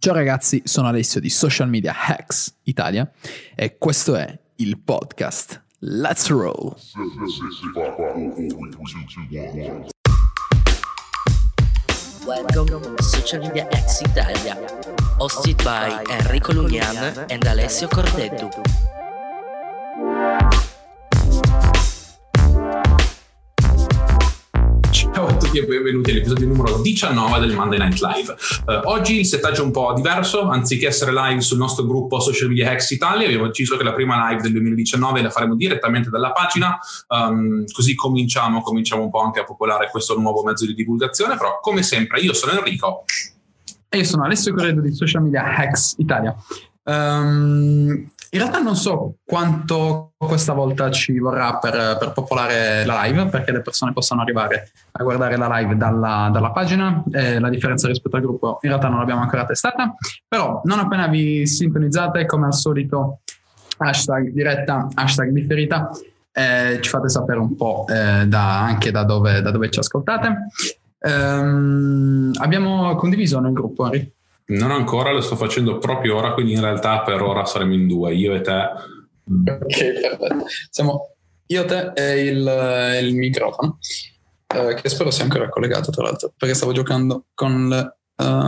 Ciao ragazzi, sono Alessio di Social Media Hacks Italia e questo è il podcast Let's Roll. Welcome to Social Media Hacks Italia, hosted by Enrico Lugnan and Alessio Cordeddu. Ciao a tutti e benvenuti all'episodio numero 19 del Monday Night Live. Oggi il settaggio è un po' diverso, anziché essere live sul nostro gruppo Social Media Hacks Italia, abbiamo deciso che la prima live del 2019 la faremo direttamente dalla pagina, così cominciamo un po' anche a popolare questo nuovo mezzo di divulgazione, però come sempre io sono Enrico. E io sono Alessio Corredo di Social Media Hacks Italia. In realtà non so quanto questa volta ci vorrà per popolare la live, perché le persone possano arrivare a guardare la live dalla pagina. La differenza rispetto al gruppo in realtà non l'abbiamo ancora testata, però non appena vi sintonizzate, come al solito, hashtag diretta, hashtag differita, ci fate sapere un po' anche da dove ci ascoltate. Abbiamo condiviso nel gruppo, Henry? Non ancora, lo sto facendo proprio ora, quindi in realtà per ora saremo in due, io e te. Ok, perfetto. Siamo io, te e il microfono, che spero sia ancora collegato, tra l'altro, perché stavo giocando con le...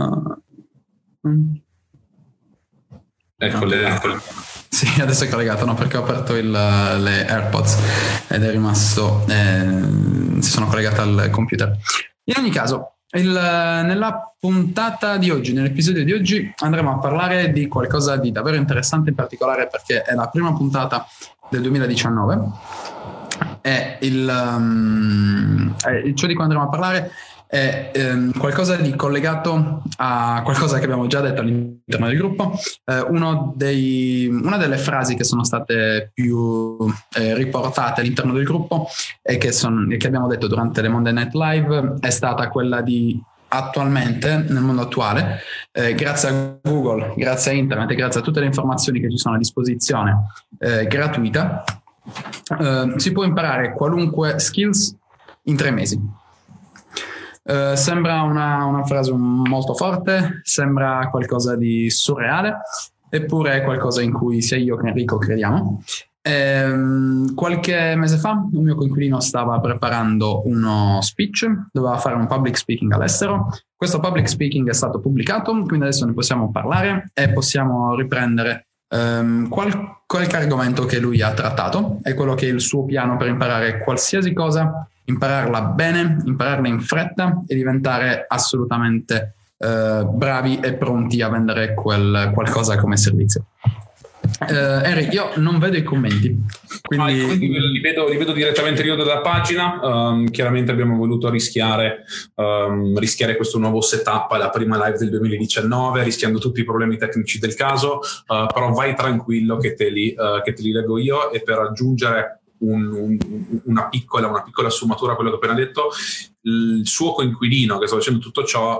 È collegato. Sì, adesso è collegato, no, perché ho aperto le AirPods ed è rimasto... si sono collegate al computer. In ogni caso... nella puntata di oggi, nell'episodio di oggi, andremo a parlare di qualcosa di davvero interessante, in particolare perché è la prima puntata del 2019 e ciò di cui andremo a parlare è qualcosa di collegato a qualcosa che abbiamo già detto all'interno del gruppo. Una delle frasi che sono state più riportate all'interno del gruppo e che abbiamo detto durante le Monday Night Live è stata quella di: attualmente, nel mondo attuale, grazie a Google, grazie a internet e grazie a tutte le informazioni che ci sono a disposizione gratuita, si può imparare qualunque skills in 3 mesi. Sembra una frase molto forte, sembra qualcosa di surreale, eppure è qualcosa in cui sia io che Enrico crediamo. Qualche mese fa un mio coinquilino stava preparando uno speech, doveva fare un public speaking all'estero. Questo public speaking è stato pubblicato, quindi adesso ne possiamo parlare e possiamo riprendere qualche argomento che lui ha trattato e quello che è il suo piano per imparare qualsiasi cosa, impararla bene, impararla in fretta e diventare assolutamente bravi e pronti a vendere qualcosa come servizio. Henry, io non vedo i commenti, quindi li vedo direttamente io dalla pagina. Chiaramente abbiamo voluto rischiare questo nuovo setup alla prima live del 2019, rischiando tutti i problemi tecnici del caso, però vai tranquillo che te li leggo io. E per aggiungere una piccola sfumatura a quello che ho appena detto, il suo coinquilino che sta facendo tutto ciò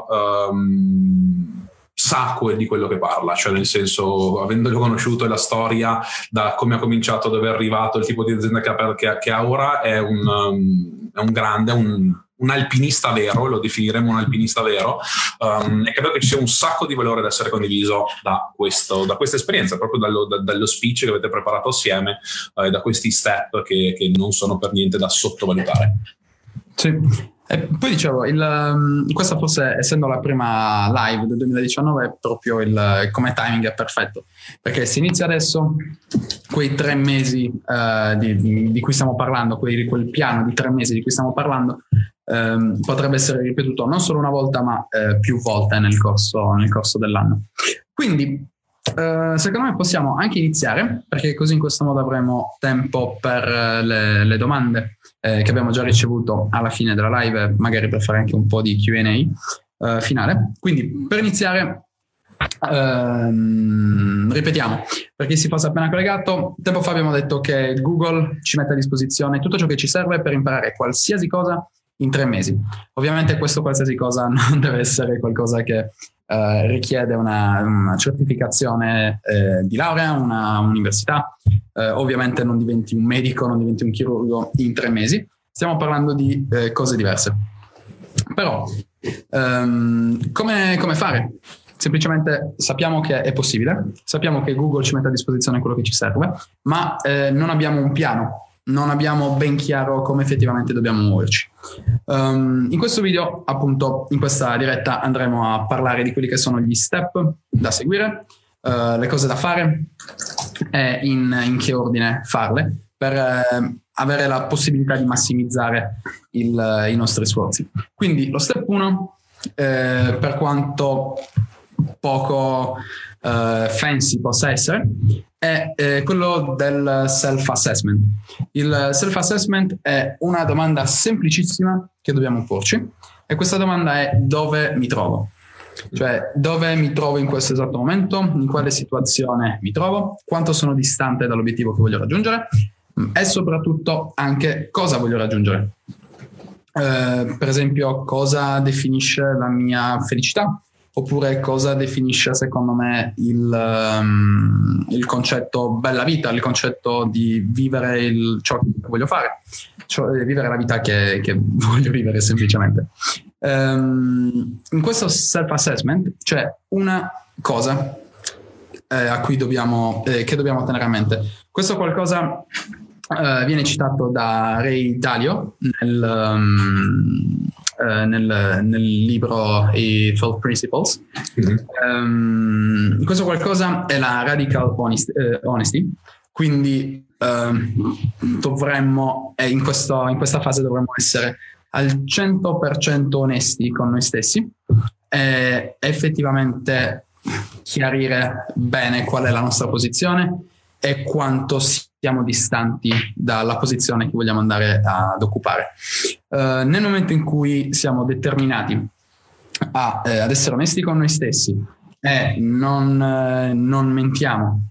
sa di quello che parla, cioè nel senso, avendolo conosciuto e la storia da come ha cominciato, dove è arrivato, il tipo di azienda che ha ora, è un grande, un alpinista vero, lo definiremo un alpinista vero, e credo che ci sia un sacco di valore da essere condiviso da questa esperienza, proprio dallo speech che avete preparato assieme, e da questi step che non sono per niente da sottovalutare. Sì. E poi dicevo, questa forse, essendo la prima live del 2019, proprio come timing è perfetto, perché se inizia adesso, quei 3 mesi di cui stiamo parlando, quel piano di 3 mesi di cui stiamo parlando, potrebbe essere ripetuto non solo una volta ma più volte nel corso dell'anno. Quindi secondo me possiamo anche iniziare, perché così in questo modo avremo tempo per le domande che abbiamo già ricevuto alla fine della live, magari per fare anche un po' di Q&A finale. Quindi per iniziare ripetiamo, per chi si fosse appena collegato, tempo fa abbiamo detto che Google ci mette a disposizione tutto ciò che ci serve per imparare qualsiasi cosa in 3 mesi. Ovviamente questo qualsiasi cosa non deve essere qualcosa che richiede una certificazione di laurea, una università. Ovviamente non diventi un medico, non diventi un chirurgo in 3 mesi. Stiamo parlando di cose diverse. Però come fare? semplicemente sappiamo che è possibile, sappiamo che Google ci mette a disposizione quello che ci serve, ma non abbiamo un piano, non abbiamo ben chiaro come effettivamente dobbiamo muoverci. In questo video, appunto, in questa diretta andremo a parlare di quelli che sono gli step da seguire, le cose da fare e in che ordine farle per avere la possibilità di massimizzare i nostri sforzi. Quindi lo step 1, per quanto poco fancy possa essere, è quello del self-assessment. Il self-assessment è una domanda semplicissima che dobbiamo porci, e questa domanda è: dove mi trovo? Cioè, dove mi trovo in questo esatto momento, in quale situazione mi trovo, quanto sono distante dall'obiettivo che voglio raggiungere e soprattutto anche cosa voglio raggiungere. Per esempio, cosa definisce la mia felicità? Oppure cosa definisce secondo me il concetto bella vita, il concetto di vivere ciò che voglio fare, cioè vivere la vita che voglio vivere semplicemente. In questo self-assessment c'è una cosa che dobbiamo tenere a mente. Questo qualcosa viene citato da Ray Dalio nel libro I 12 Principles. Questo qualcosa è la radical honesty, quindi dovremmo, in questa fase dovremmo essere al 100% onesti con noi stessi e effettivamente chiarire bene qual è la nostra posizione e quanto siamo distanti dalla posizione che vogliamo andare ad occupare. Nel momento in cui siamo determinati ad essere onesti con noi stessi e non mentiamo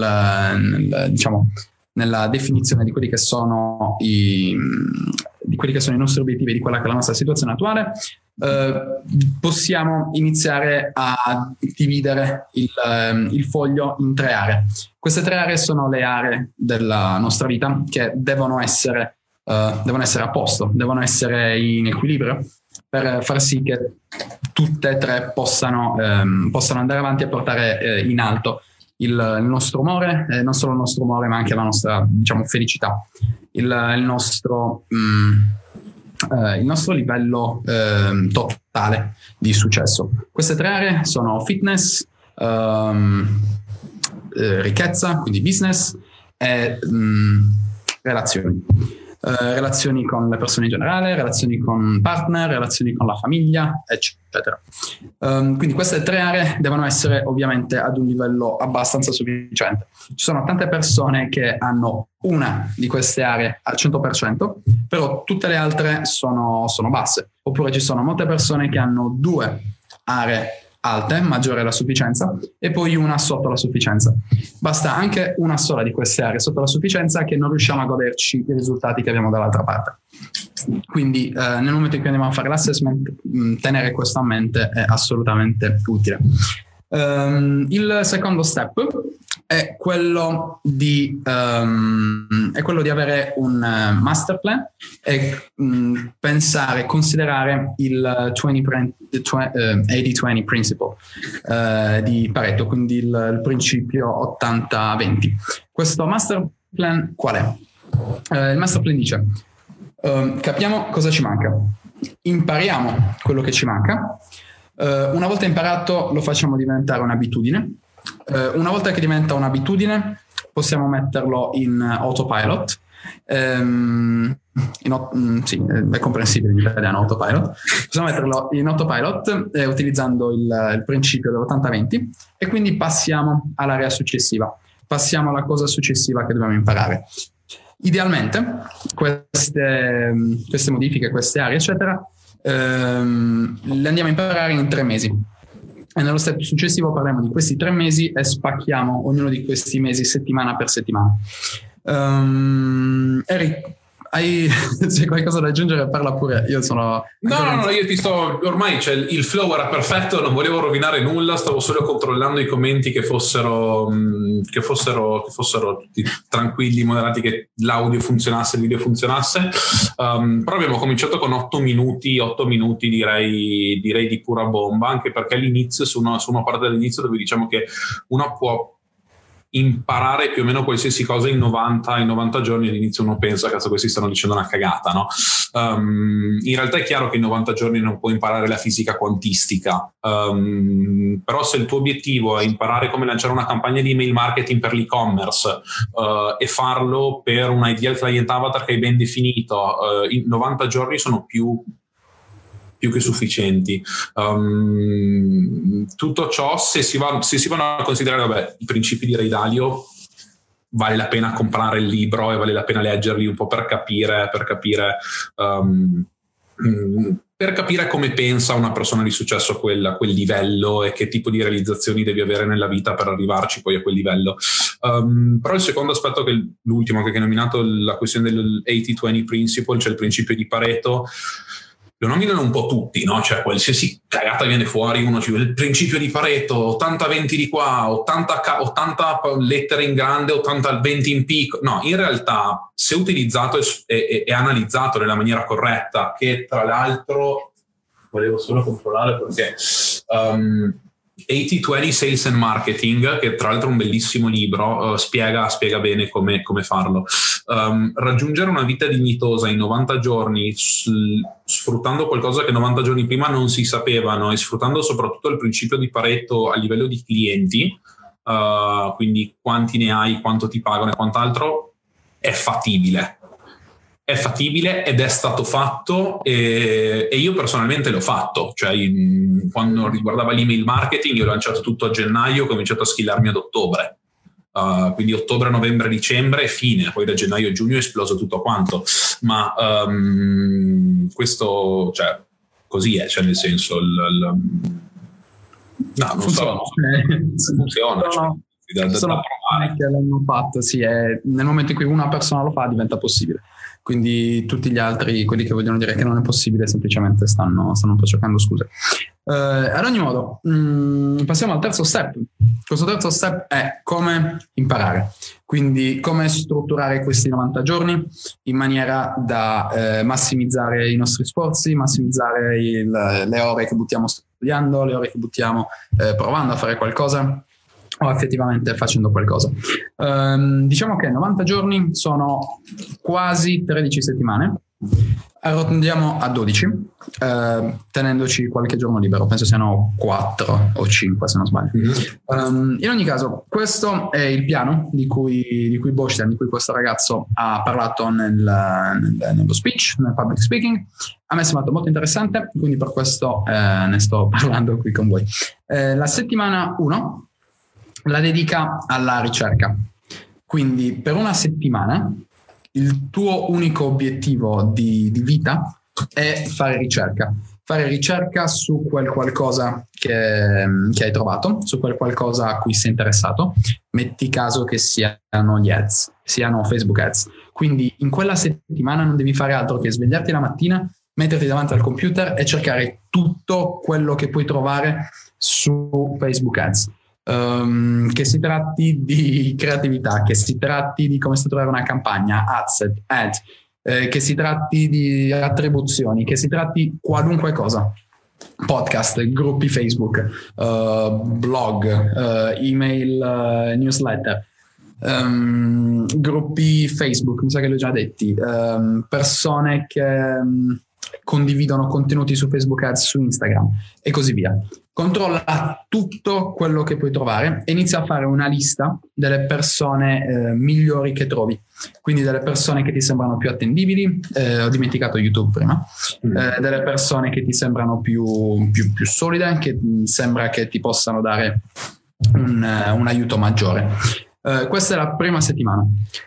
nella definizione di quelli che sono i nostri obiettivi e di quella che è la nostra situazione attuale, possiamo iniziare a dividere il foglio in 3 aree. Queste 3 aree sono le aree della nostra vita che devono essere a posto, devono essere in equilibrio per far sì che tutte e 3 possano andare avanti e portare in alto il nostro umore, non solo il nostro umore ma anche la nostra, felicità, il nostro livello totale di successo. Queste 3 aree sono fitness, ricchezza, quindi business, e relazioni. Relazioni con le persone in generale, relazioni con partner, relazioni con la famiglia, eccetera. Quindi queste 3 aree devono essere ovviamente ad un livello abbastanza sufficiente. Ci sono tante persone che hanno una di queste aree al 100%, però tutte le altre sono basse. Oppure ci sono molte persone che hanno 2 aree alte, maggiore la sufficienza, e poi una sotto la sufficienza. Basta anche una sola di queste aree sotto la sufficienza che non riusciamo a goderci i risultati che abbiamo dall'altra parte. Quindi nel momento in cui andiamo a fare l'assessment, tenere questo a mente è assolutamente utile. Il secondo step è quello di avere un master plan e considerare il 80-20 principle di Pareto, quindi il principio 80-20. Questo master plan qual è? Il master plan dice: capiamo cosa ci manca, impariamo quello che ci manca, una volta imparato lo facciamo diventare un'abitudine. Una volta che diventa un'abitudine possiamo metterlo in autopilot. Sì, è comprensibile in italiano autopilot. Possiamo metterlo in autopilot utilizzando il principio dell'80-20 e quindi passiamo all'area successiva, passiamo alla cosa successiva che dobbiamo imparare. Idealmente queste modifiche, queste aree eccetera, le andiamo a imparare in 3 mesi. E nello step successivo parliamo di questi 3 mesi e spacchiamo ognuno di questi mesi settimana per settimana. Se hai qualcosa da aggiungere parla pure, io sono... No, io ti sto... Ormai il flow era perfetto, non volevo rovinare nulla, stavo solo controllando i commenti che fossero tutti tranquilli, moderati, che l'audio funzionasse, il video funzionasse. Però abbiamo cominciato con 8 minuti direi di pura bomba, anche perché all'inizio, su una parte dell'inizio dove diciamo che uno può imparare più o meno qualsiasi cosa in 90 giorni, all'inizio uno pensa che questi stanno dicendo una cagata, no? In realtà è chiaro che in 90 giorni non puoi imparare la fisica quantistica, però se il tuo obiettivo è imparare come lanciare una campagna di email marketing per l'e-commerce e farlo per un ideal client avatar che hai ben definito, in 90 giorni sono più che sufficienti. Tutto ciò, se si vanno a considerare i principi di Ray Dalio, vale la pena comprare il libro e vale la pena leggerli un po' per capire come pensa una persona di successo a quel livello e che tipo di realizzazioni devi avere nella vita per arrivarci poi a quel livello. Però il secondo aspetto, che è l'ultimo che hai nominato, la questione del 80-20 principle, cioè il principio di Pareto, lo nominano un po' tutti, no? Cioè qualsiasi cagata viene fuori, uno ci vede il principio di Pareto, 80-20 di qua, 80 lettere in grande, 80-20 in piccolo. No, in realtà, se utilizzato e analizzato nella maniera corretta, che tra l'altro volevo solo controllare perché 80-20 Sales and Marketing, che tra l'altro è un bellissimo libro, spiega bene come farlo. Raggiungere una vita dignitosa in 90 giorni sfruttando qualcosa che 90 giorni prima non si sapevano, e sfruttando soprattutto il principio di Pareto a livello di clienti, quindi quanti ne hai, quanto ti pagano e quant'altro, è fattibile ed è stato fatto, e io personalmente l'ho fatto. Cioè, quando riguardava l'email marketing, io ho lanciato tutto a gennaio, ho cominciato a skillarmi ad ottobre, quindi ottobre, novembre, dicembre, fine. Poi da gennaio a giugno è esploso tutto quanto, ma questo, cioè, così è, cioè, nel senso no, non funziona. Funziona, cioè, da provare. Che l'hanno fatto, sì, nel momento in cui una persona lo fa diventa possibile, quindi tutti gli altri, quelli che vogliono dire che non è possibile, semplicemente stanno un po' cercando scuse. Ad ogni modo, passiamo al terzo step. Questo terzo step è come imparare, quindi come strutturare questi 90 giorni in maniera da massimizzare i nostri sforzi, massimizzare le ore che buttiamo studiando, le ore che buttiamo provando a fare qualcosa o effettivamente facendo qualcosa. Diciamo che 90 giorni sono quasi 13 settimane. Arrotondiamo a 12, tenendoci qualche giorno libero, penso siano 4 o 5 se non sbaglio. In ogni caso, questo è il piano di cui Bostian, di cui questo ragazzo ha parlato nello speech, nel public speaking. A me è sembrato molto interessante, quindi per questo ne sto parlando qui con voi. La settimana 1 la dedica alla ricerca, quindi per una settimana il tuo unico obiettivo di vita è fare ricerca su quel qualcosa che hai trovato, su quel qualcosa a cui sei interessato. Metti caso che siano gli ads, siano Facebook ads, quindi in quella settimana non devi fare altro che svegliarti la mattina, metterti davanti al computer e cercare tutto quello che puoi trovare su Facebook ads. Che si tratti di creatività, che si tratti di come strutturare una campagna, ads, che si tratti di attribuzioni, che si tratti qualunque cosa, podcast, gruppi Facebook, blog, email, newsletter, gruppi Facebook, mi sa che li ho già detti, persone che condividono contenuti su Facebook Ads, su Instagram e così via. Controlla tutto quello che puoi trovare e inizia a fare una lista delle persone migliori che trovi, quindi delle persone che ti sembrano più attendibili, ho dimenticato YouTube prima, delle persone che ti sembrano più solide, che sembra che ti possano dare un aiuto maggiore. Questa è la prima settimana.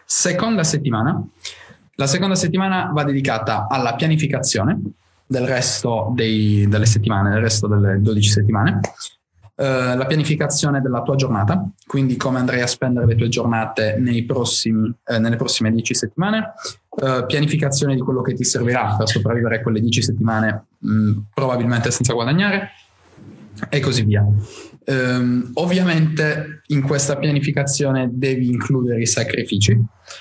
La seconda settimana va dedicata alla pianificazione del resto delle settimane, del resto delle 12 settimane, la pianificazione della tua giornata, quindi come andrai a spendere le tue giornate nelle prossime 10 settimane, pianificazione di quello che ti servirà per sopravvivere quelle 10 settimane, probabilmente senza guadagnare, e così via. Ovviamente in questa pianificazione devi includere i sacrifici.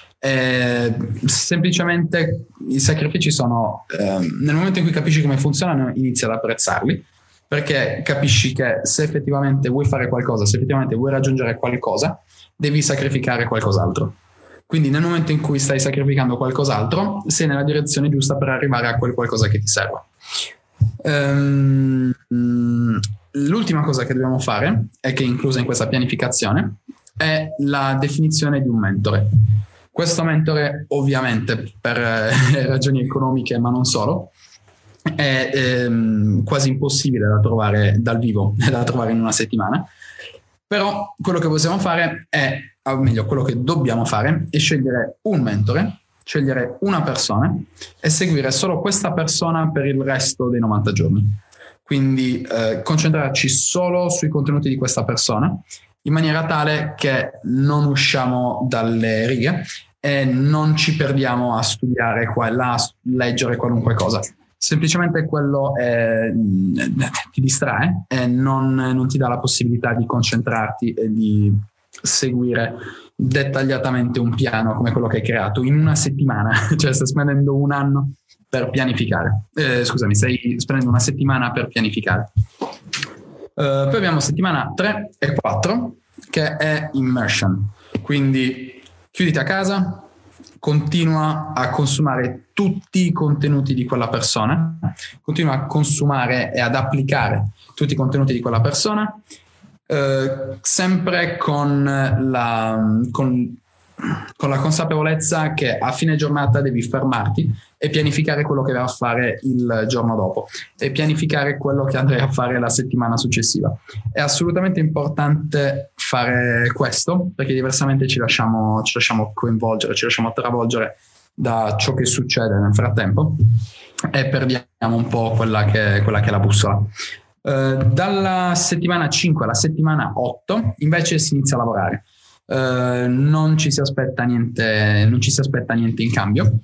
Semplicemente i sacrifici sono nel momento in cui capisci come funzionano, inizi ad apprezzarli, perché capisci che se effettivamente vuoi fare qualcosa, se effettivamente vuoi raggiungere qualcosa, devi sacrificare qualcos'altro. Quindi nel momento in cui stai sacrificando qualcos'altro, sei nella direzione giusta per arrivare a quel qualcosa che ti serve. L'ultima cosa che dobbiamo fare, e che è inclusa in questa pianificazione, è la definizione di un mentore. Questo mentore, ovviamente, per ragioni economiche, ma non solo, è quasi impossibile da trovare dal vivo, da trovare in una settimana. Però quello che possiamo fare è, o meglio, quello che dobbiamo fare è scegliere un mentore, scegliere una persona e seguire solo questa persona per il resto dei 90 giorni. Quindi concentrarci solo sui contenuti di questa persona, in maniera tale che non usciamo dalle righe e non ci perdiamo a studiare qua e là, a leggere qualunque cosa. Semplicemente quello ti distrae e non ti dà la possibilità di concentrarti e di seguire dettagliatamente un piano come quello che hai creato in una settimana. Cioè stai spendendo un anno per pianificare. Stai spendendo una settimana per pianificare. Poi abbiamo settimana 3 e 4, che è immersion. Quindi chiuditi a casa, continua a consumare tutti i contenuti di quella persona, continua a consumare e ad applicare tutti i contenuti di quella persona, sempre con la consapevolezza che a fine giornata devi fermarti e pianificare quello che vai a fare il giorno dopo e pianificare quello che andrai a fare la settimana successiva. È assolutamente importante fare questo, perché diversamente ci lasciamo coinvolgere, ci lasciamo travolgere da ciò che succede nel frattempo e perdiamo un po' quella che è la bussola. Dalla settimana 5 alla settimana 8 invece si inizia a lavorare. Non ci si aspetta niente in cambio.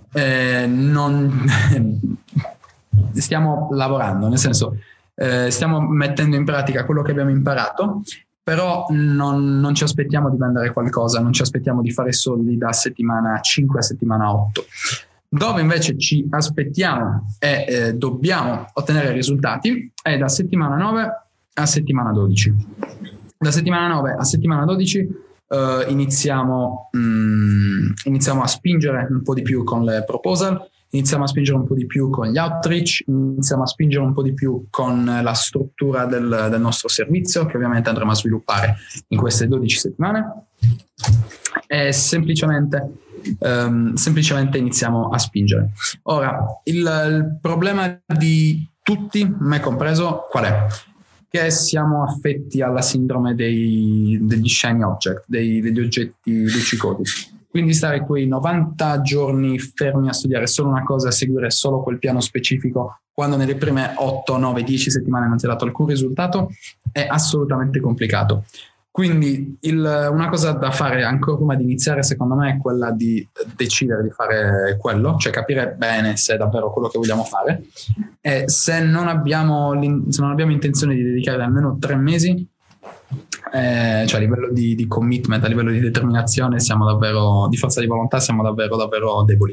Stiamo lavorando, nel senso stiamo mettendo in pratica quello che abbiamo imparato, però non ci aspettiamo di vendere qualcosa, non ci aspettiamo di fare soldi da settimana 5 a settimana 8. Dove invece ci aspettiamo e dobbiamo ottenere risultati è da settimana 9 a settimana 12. Da settimana 9 a settimana 12 iniziamo a spingere un po' di più con le proposal, iniziamo a spingere un po' di più con gli outreach, iniziamo a spingere un po' di più con la struttura del nostro servizio, che ovviamente andremo a sviluppare in queste 12 settimane, e semplicemente iniziamo a spingere. Ora, il problema di tutti, me compreso, qual è? Che siamo affetti alla sindrome degli shiny object, degli oggetti luccicosi. Quindi stare quei 90 giorni fermi a studiare solo una cosa, a seguire solo quel piano specifico, quando nelle prime 8, 9, 10 settimane non ti ha dato alcun risultato, è assolutamente complicato. Quindi una cosa da fare ancora prima di iniziare, secondo me, è quella di decidere di fare quello, cioè capire bene se è davvero quello che vogliamo fare, e se non abbiamo intenzione di dedicare almeno 3 mesi, cioè a livello di commitment, a livello di determinazione, siamo davvero, di forza di volontà, siamo davvero davvero deboli.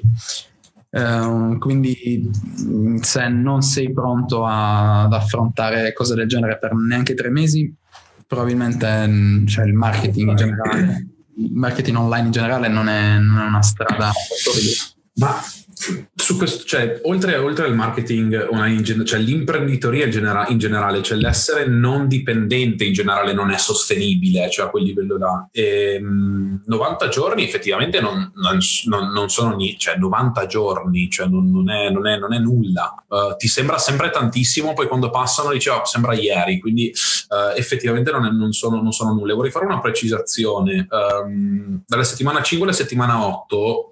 Quindi se non sei pronto ad affrontare cose del genere per neanche 3 mesi, probabilmente, cioè, il marketing in generale, il marketing online in generale non è una strada possibile. Ma su questo, cioè, oltre al marketing online, cioè l'imprenditoria in generale, cioè l'essere non dipendente in generale non è sostenibile, cioè a quel livello là. 90 giorni effettivamente non sono niente, cioè 90 giorni, cioè non è nulla. Ti sembra sempre tantissimo, poi quando passano dici sembra ieri, quindi effettivamente non sono nulla. E vorrei fare una precisazione. Dalla settimana 5 alla settimana 8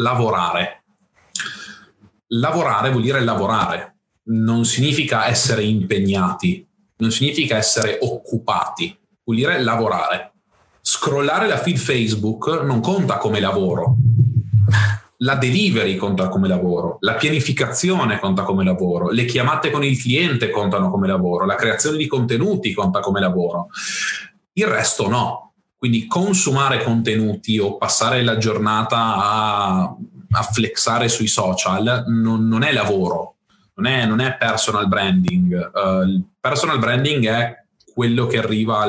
Lavorare vuol dire lavorare, non significa essere impegnati, non significa essere occupati, vuol dire lavorare. Scrollare la feed Facebook non conta come lavoro. la delivery conta come lavoro, la pianificazione conta come lavoro, le chiamate con il cliente contano come lavoro, la creazione di contenuti conta come lavoro. Il resto no. Quindi consumare contenuti o passare la giornata a flexare sui social non è lavoro, non è personal branding. Il personal branding è quello che arriva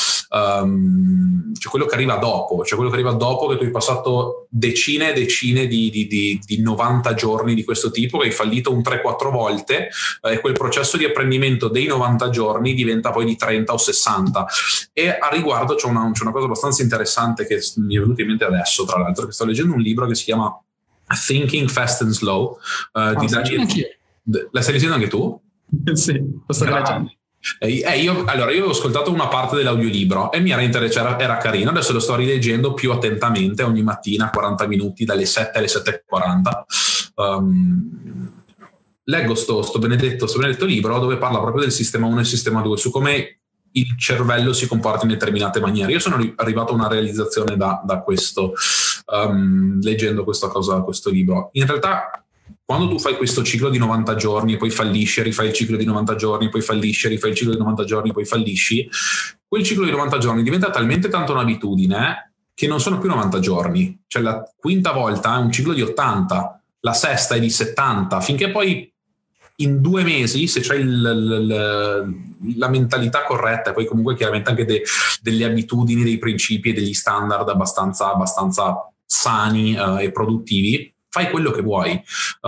cioè quello che arriva dopo, che tu hai passato decine e decine di 90 giorni di questo tipo, che hai fallito un 3-4 volte, e quel processo di apprendimento dei 90 giorni diventa poi di 30 o 60. E a riguardo c'è una cosa abbastanza interessante che mi è venuta in mente adesso, tra l'altro, che sto leggendo un libro che si chiama Thinking Fast and Slow di Daniel. La stai leggendo anche tu? Sì, lo sto leggendo. Io avevo ascoltato una parte dell'audiolibro e mi era interessante, era carino. Adesso lo sto rileggendo più attentamente ogni mattina, 40 minuti, dalle 7 alle 7:40. Leggo sto benedetto libro dove parla proprio del sistema 1 e il sistema 2, su come il cervello si comporta in determinate maniere. Io sono arrivato a una realizzazione da questo, leggendo questo libro. In realtà, quando tu fai questo ciclo di 90 giorni e poi fallisci, rifai il ciclo di 90 giorni, poi fallisci, rifai il ciclo di 90 giorni, poi fallisci, quel ciclo di 90 giorni diventa talmente tanto un'abitudine che non sono più 90 giorni. Cioè la quinta volta è un ciclo di 80, la sesta è di 70, finché poi in 2 mesi, se c'hai la mentalità corretta, e poi comunque chiaramente anche delle abitudini, dei principi e degli standard abbastanza sani e produttivi, fai quello che vuoi.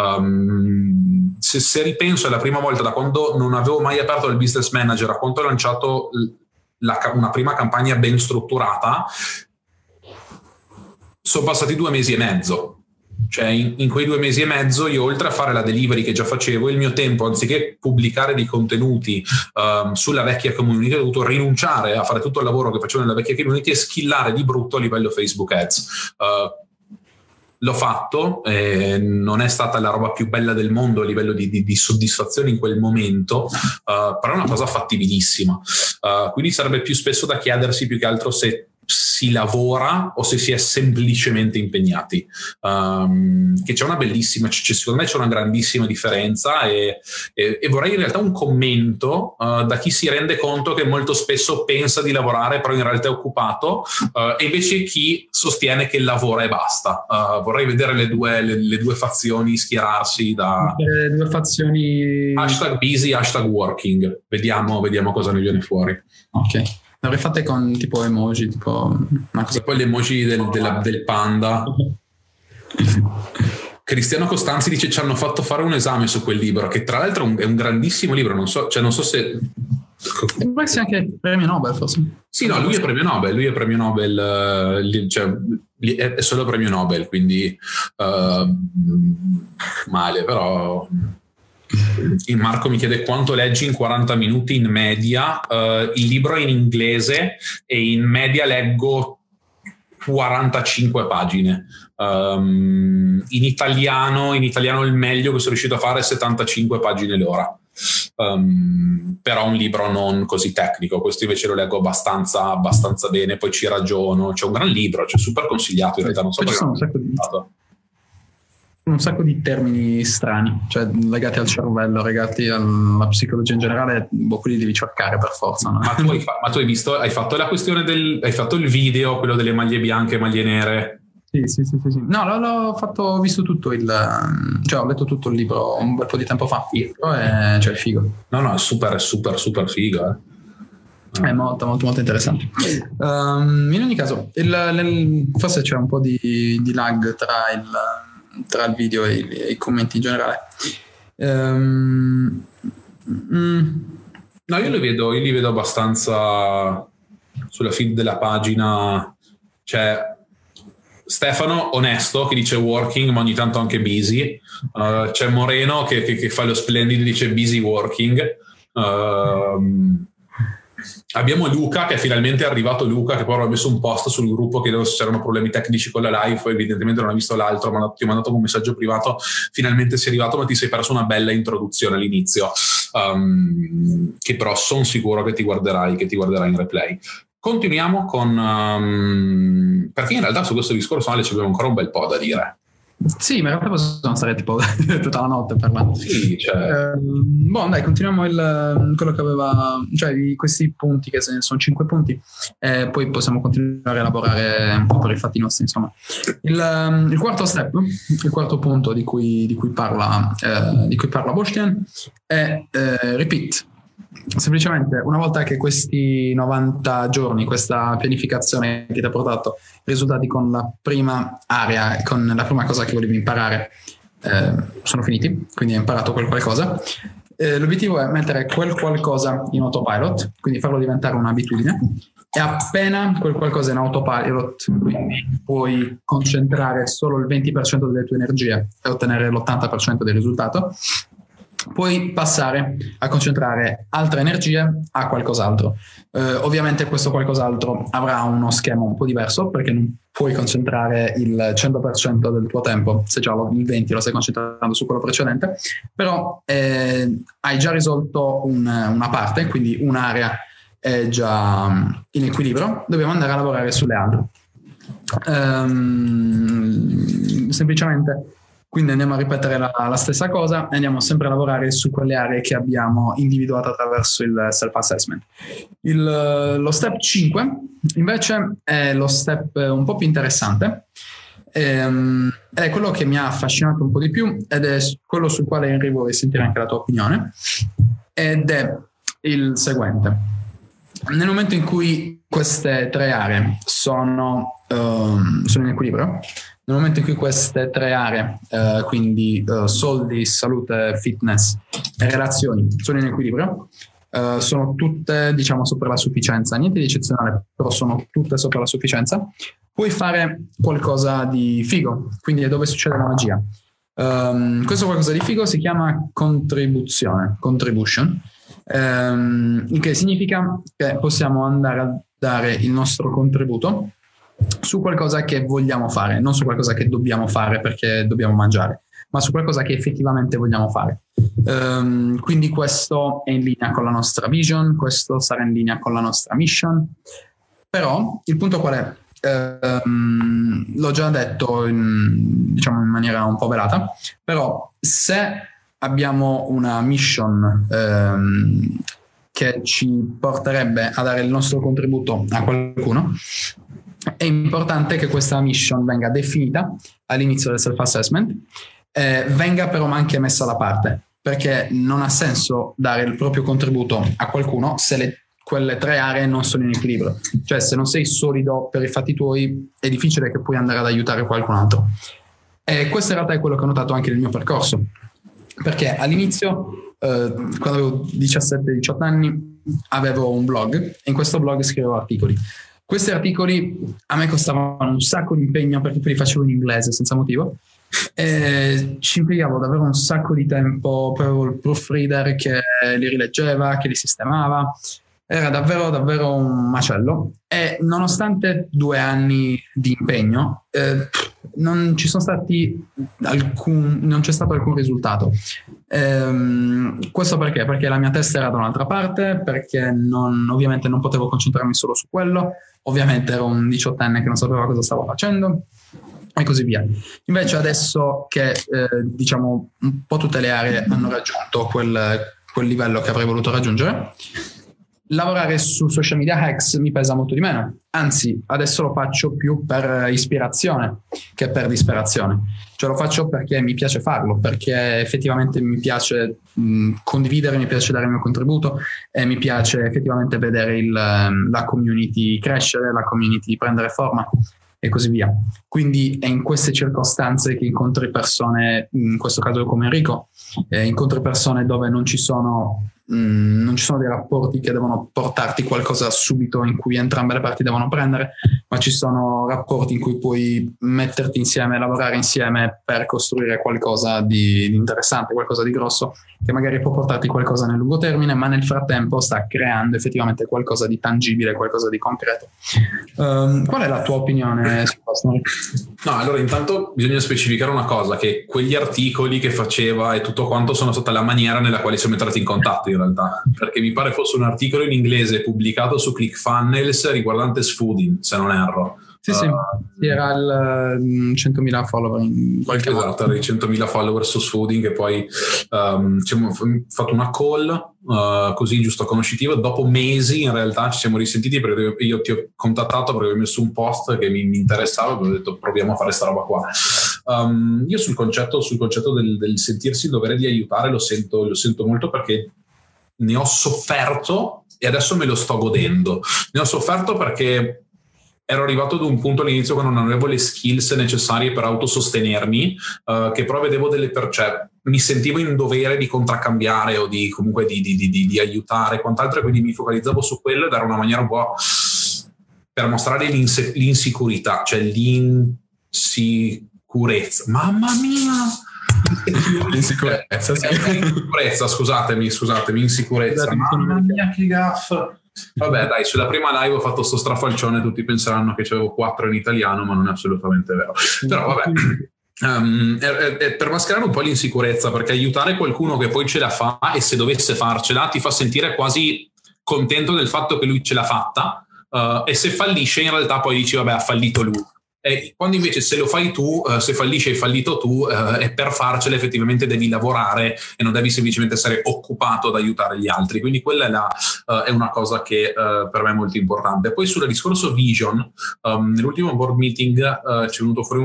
Se ripenso alla prima volta, da quando non avevo mai aperto il business manager a quando ho lanciato una prima campagna ben strutturata, sono passati 2 mesi e mezzo. Cioè in quei 2 mesi e mezzo io, oltre a fare la delivery che già facevo, il mio tempo, anziché pubblicare dei contenuti sulla vecchia community, ho dovuto rinunciare a fare tutto il lavoro che facevo nella vecchia community e skillare di brutto a livello Facebook Ads. L'ho fatto, non è stata la roba più bella del mondo a livello di soddisfazione in quel momento, però è una cosa fattibilissima. Quindi sarebbe più spesso da chiedersi più che altro se si lavora o se si è semplicemente impegnati, che c'è una bellissima, secondo me c'è una grandissima differenza, e vorrei in realtà un commento da chi si rende conto che molto spesso pensa di lavorare però in realtà è occupato, e invece chi sostiene che lavora e basta. Vorrei vedere le due fazioni schierarsi le due fazioni #busy, #working. Vediamo cosa ne viene fuori. Ok. L'avrei fatte con tipo emoji, tipo una cosa. E poi l'emoji del panda. Cristiano Costanzi dice: ci hanno fatto fare un esame su quel libro, che tra l'altro è un grandissimo libro. Non so se. Può essere anche premio Nobel, forse. Sì, no, lui è premio Nobel, cioè è solo premio Nobel, quindi male, però. Il Marco mi chiede quanto leggi in 40 minuti in media. Il libro è in inglese e in media leggo 45 pagine. In italiano il meglio che sono riuscito a fare è 75 pagine l'ora. Però un libro non così tecnico. Questo invece lo leggo abbastanza bene, poi ci ragiono. C'è un gran libro, c'è super consigliato in realtà. Non so perché un sacco di termini strani, cioè legati al cervello, legati alla psicologia in generale, quelli devi cercare per forza, no? Ma tu hai visto, hai fatto la questione hai fatto il video, quello delle maglie bianche e maglie nere? Sì. No, l'ho fatto, ho visto tutto cioè ho letto tutto il libro un bel po' di tempo fa, cioè figo. No, è super figo, È molto interessante. In ogni caso, forse c'è un po' di lag tra il video e i commenti in generale. No, io li vedo abbastanza sulla feed della pagina. C'è Stefano onesto che dice working ma ogni tanto anche busy, c'è Moreno che fa lo splendido, dice busy working. Abbiamo Luca, che è finalmente arrivato, che poi aveva messo un post sul gruppo che c'erano problemi tecnici con la live, poi evidentemente non ha visto l'altro, ma ti ho mandato un messaggio privato: finalmente sei arrivato, ma ti sei perso una bella introduzione all'inizio, che però sono sicuro che ti guarderai in replay. Continuiamo con perché in realtà su questo discorso Ale ci abbiamo ancora un bel po' da dire. Sì, ma in realtà possiamo stare tipo tutta la notte parlando. Sì, cioè. Dai, continuiamo quello che aveva, cioè questi punti che sono 5 punti, poi possiamo continuare a elaborare per i fatti nostri, insomma. Il quarto step, il quarto punto di cui parla Bostian è repeat. Semplicemente una volta che questi 90 giorni, questa pianificazione che ti ha portato risultati con la prima area, con la prima cosa che volevi imparare, sono finiti, quindi hai imparato quel qualcosa, l'obiettivo è mettere quel qualcosa in autopilot, quindi farlo diventare un'abitudine, e appena quel qualcosa in autopilot, quindi puoi concentrare solo il 20% delle tue energie e ottenere l'80% del risultato, puoi passare a concentrare altre energie a qualcos'altro. Ovviamente questo qualcos'altro avrà uno schema un po' diverso, perché non puoi concentrare il 100% del tuo tempo, se già il 20% lo stai concentrando su quello precedente, però hai già risolto una parte, quindi un'area è già in equilibrio, dobbiamo andare a lavorare sulle altre. Semplicemente quindi andiamo a ripetere la stessa cosa e andiamo sempre a lavorare su quelle aree che abbiamo individuato attraverso il self-assessment. Lo step 5 invece è lo step un po' più interessante, è quello che mi ha affascinato un po' di più ed è quello sul quale Henry vorrei sentire anche la tua opinione, ed è il seguente. Nel momento in cui queste tre aree sono in equilibrio, nel momento in cui queste tre aree, quindi soldi, salute, fitness e relazioni, sono in equilibrio, sono tutte, diciamo, sopra la sufficienza, niente di eccezionale, però sono tutte sopra la sufficienza, puoi fare qualcosa di figo, quindi è dove succede la magia. Questo qualcosa di figo si chiama contribution, il che significa che possiamo andare a dare il nostro contributo su qualcosa che vogliamo fare, non su qualcosa che dobbiamo fare perché dobbiamo mangiare, ma su qualcosa che effettivamente vogliamo fare. Quindi questo è in linea con la nostra vision, questo sarà in linea con la nostra mission, però il punto qual è? L'ho già detto in maniera un po' velata, però se abbiamo una mission che ci porterebbe a dare il nostro contributo a qualcuno, è importante che questa mission venga definita all'inizio del self-assessment, venga però anche messa da parte, perché non ha senso dare il proprio contributo a qualcuno se quelle tre aree non sono in equilibrio. Cioè, se non sei solido per i fatti tuoi, è difficile che puoi andare ad aiutare qualcun altro. E questo in realtà è quello che ho notato anche nel mio percorso, perché all'inizio, quando avevo 17-18 anni, avevo un blog e in questo blog scrivevo articoli. Questi articoli a me costavano un sacco di impegno perché poi li facevo in inglese senza motivo, e ci impiegavo davvero un sacco di tempo, poi avevo il proofreader che li rileggeva, che li sistemava, era davvero davvero un macello, e nonostante 2 anni di impegno non c'è stato alcun risultato. Questo perché? Perché la mia testa era da un'altra parte, perché ovviamente non potevo concentrarmi solo su quello, ovviamente ero un 18enne che non sapeva cosa stavo facendo e così via. Invece adesso che un po' tutte le aree hanno raggiunto quel livello che avrei voluto raggiungere, lavorare su social media hacks mi pesa molto di meno, anzi adesso lo faccio più per ispirazione che per disperazione, cioè lo faccio perché mi piace farlo, perché effettivamente mi piace condividere, mi piace dare il mio contributo e mi piace effettivamente vedere la community crescere, la community prendere forma e così via. Quindi è in queste circostanze che incontri persone, in questo caso come Enrico, incontri persone dove non ci sono dei rapporti che devono portarti qualcosa subito, in cui entrambe le parti devono prendere, ma ci sono rapporti in cui puoi metterti insieme, lavorare insieme per costruire qualcosa di interessante, qualcosa di grosso, che magari può portarti qualcosa nel lungo termine, ma nel frattempo sta creando effettivamente qualcosa di tangibile, qualcosa di concreto. Qual è la tua opinione su questo? No, allora intanto bisogna specificare una cosa, che quegli articoli che faceva e tutto quanto sono stata la maniera nella quale siamo entrati in contatto in realtà, perché mi pare fosse un articolo in inglese pubblicato su ClickFunnels riguardante sfooding, se non erro, Sì, era il 100.000 follower in qualche modo. Esatto, era i 100.000 follower su Sfooding, e poi ci abbiamo fatto una call così giusto conoscitiva. Dopo mesi in realtà ci siamo risentiti, perché io ti ho contattato perché avevo messo un post che mi interessava, e ho detto proviamo a fare sta roba qua. Io sul concetto del sentirsi il dovere di aiutare lo sento molto, perché ne ho sofferto e adesso me lo sto godendo. Ne ho sofferto perché ero arrivato ad un punto all'inizio quando non avevo le skills necessarie per autosostenermi, che però vedevo mi sentivo in dovere di contraccambiare o di comunque di aiutare e quant'altro, e quindi mi focalizzavo su quello, ed era una maniera un po' per mostrare l'insicurezza, cioè l'insicurezza. Mamma mia! L'insicurezza, sì. Insicurezza, scusatemi, insicurezza. Mamma mia, che gaff! Vabbè, dai, sulla prima live ho fatto sto strafalcione, tutti penseranno che c'avevo 4 in italiano, ma non è assolutamente vero. Però vabbè, è per mascherare un po' l'insicurezza, perché aiutare qualcuno che poi ce la fa, e se dovesse farcela ti fa sentire quasi contento del fatto che lui ce l'ha fatta, e se fallisce in realtà poi dici vabbè, ha fallito lui. E quando invece se lo fai tu, se fallisce hai fallito tu, e per farcela effettivamente devi lavorare e non devi semplicemente essere occupato ad aiutare gli altri. Quindi quella è una cosa che per me è molto importante. Poi sul discorso vision, nell'ultimo board meeting ci è venuto fuori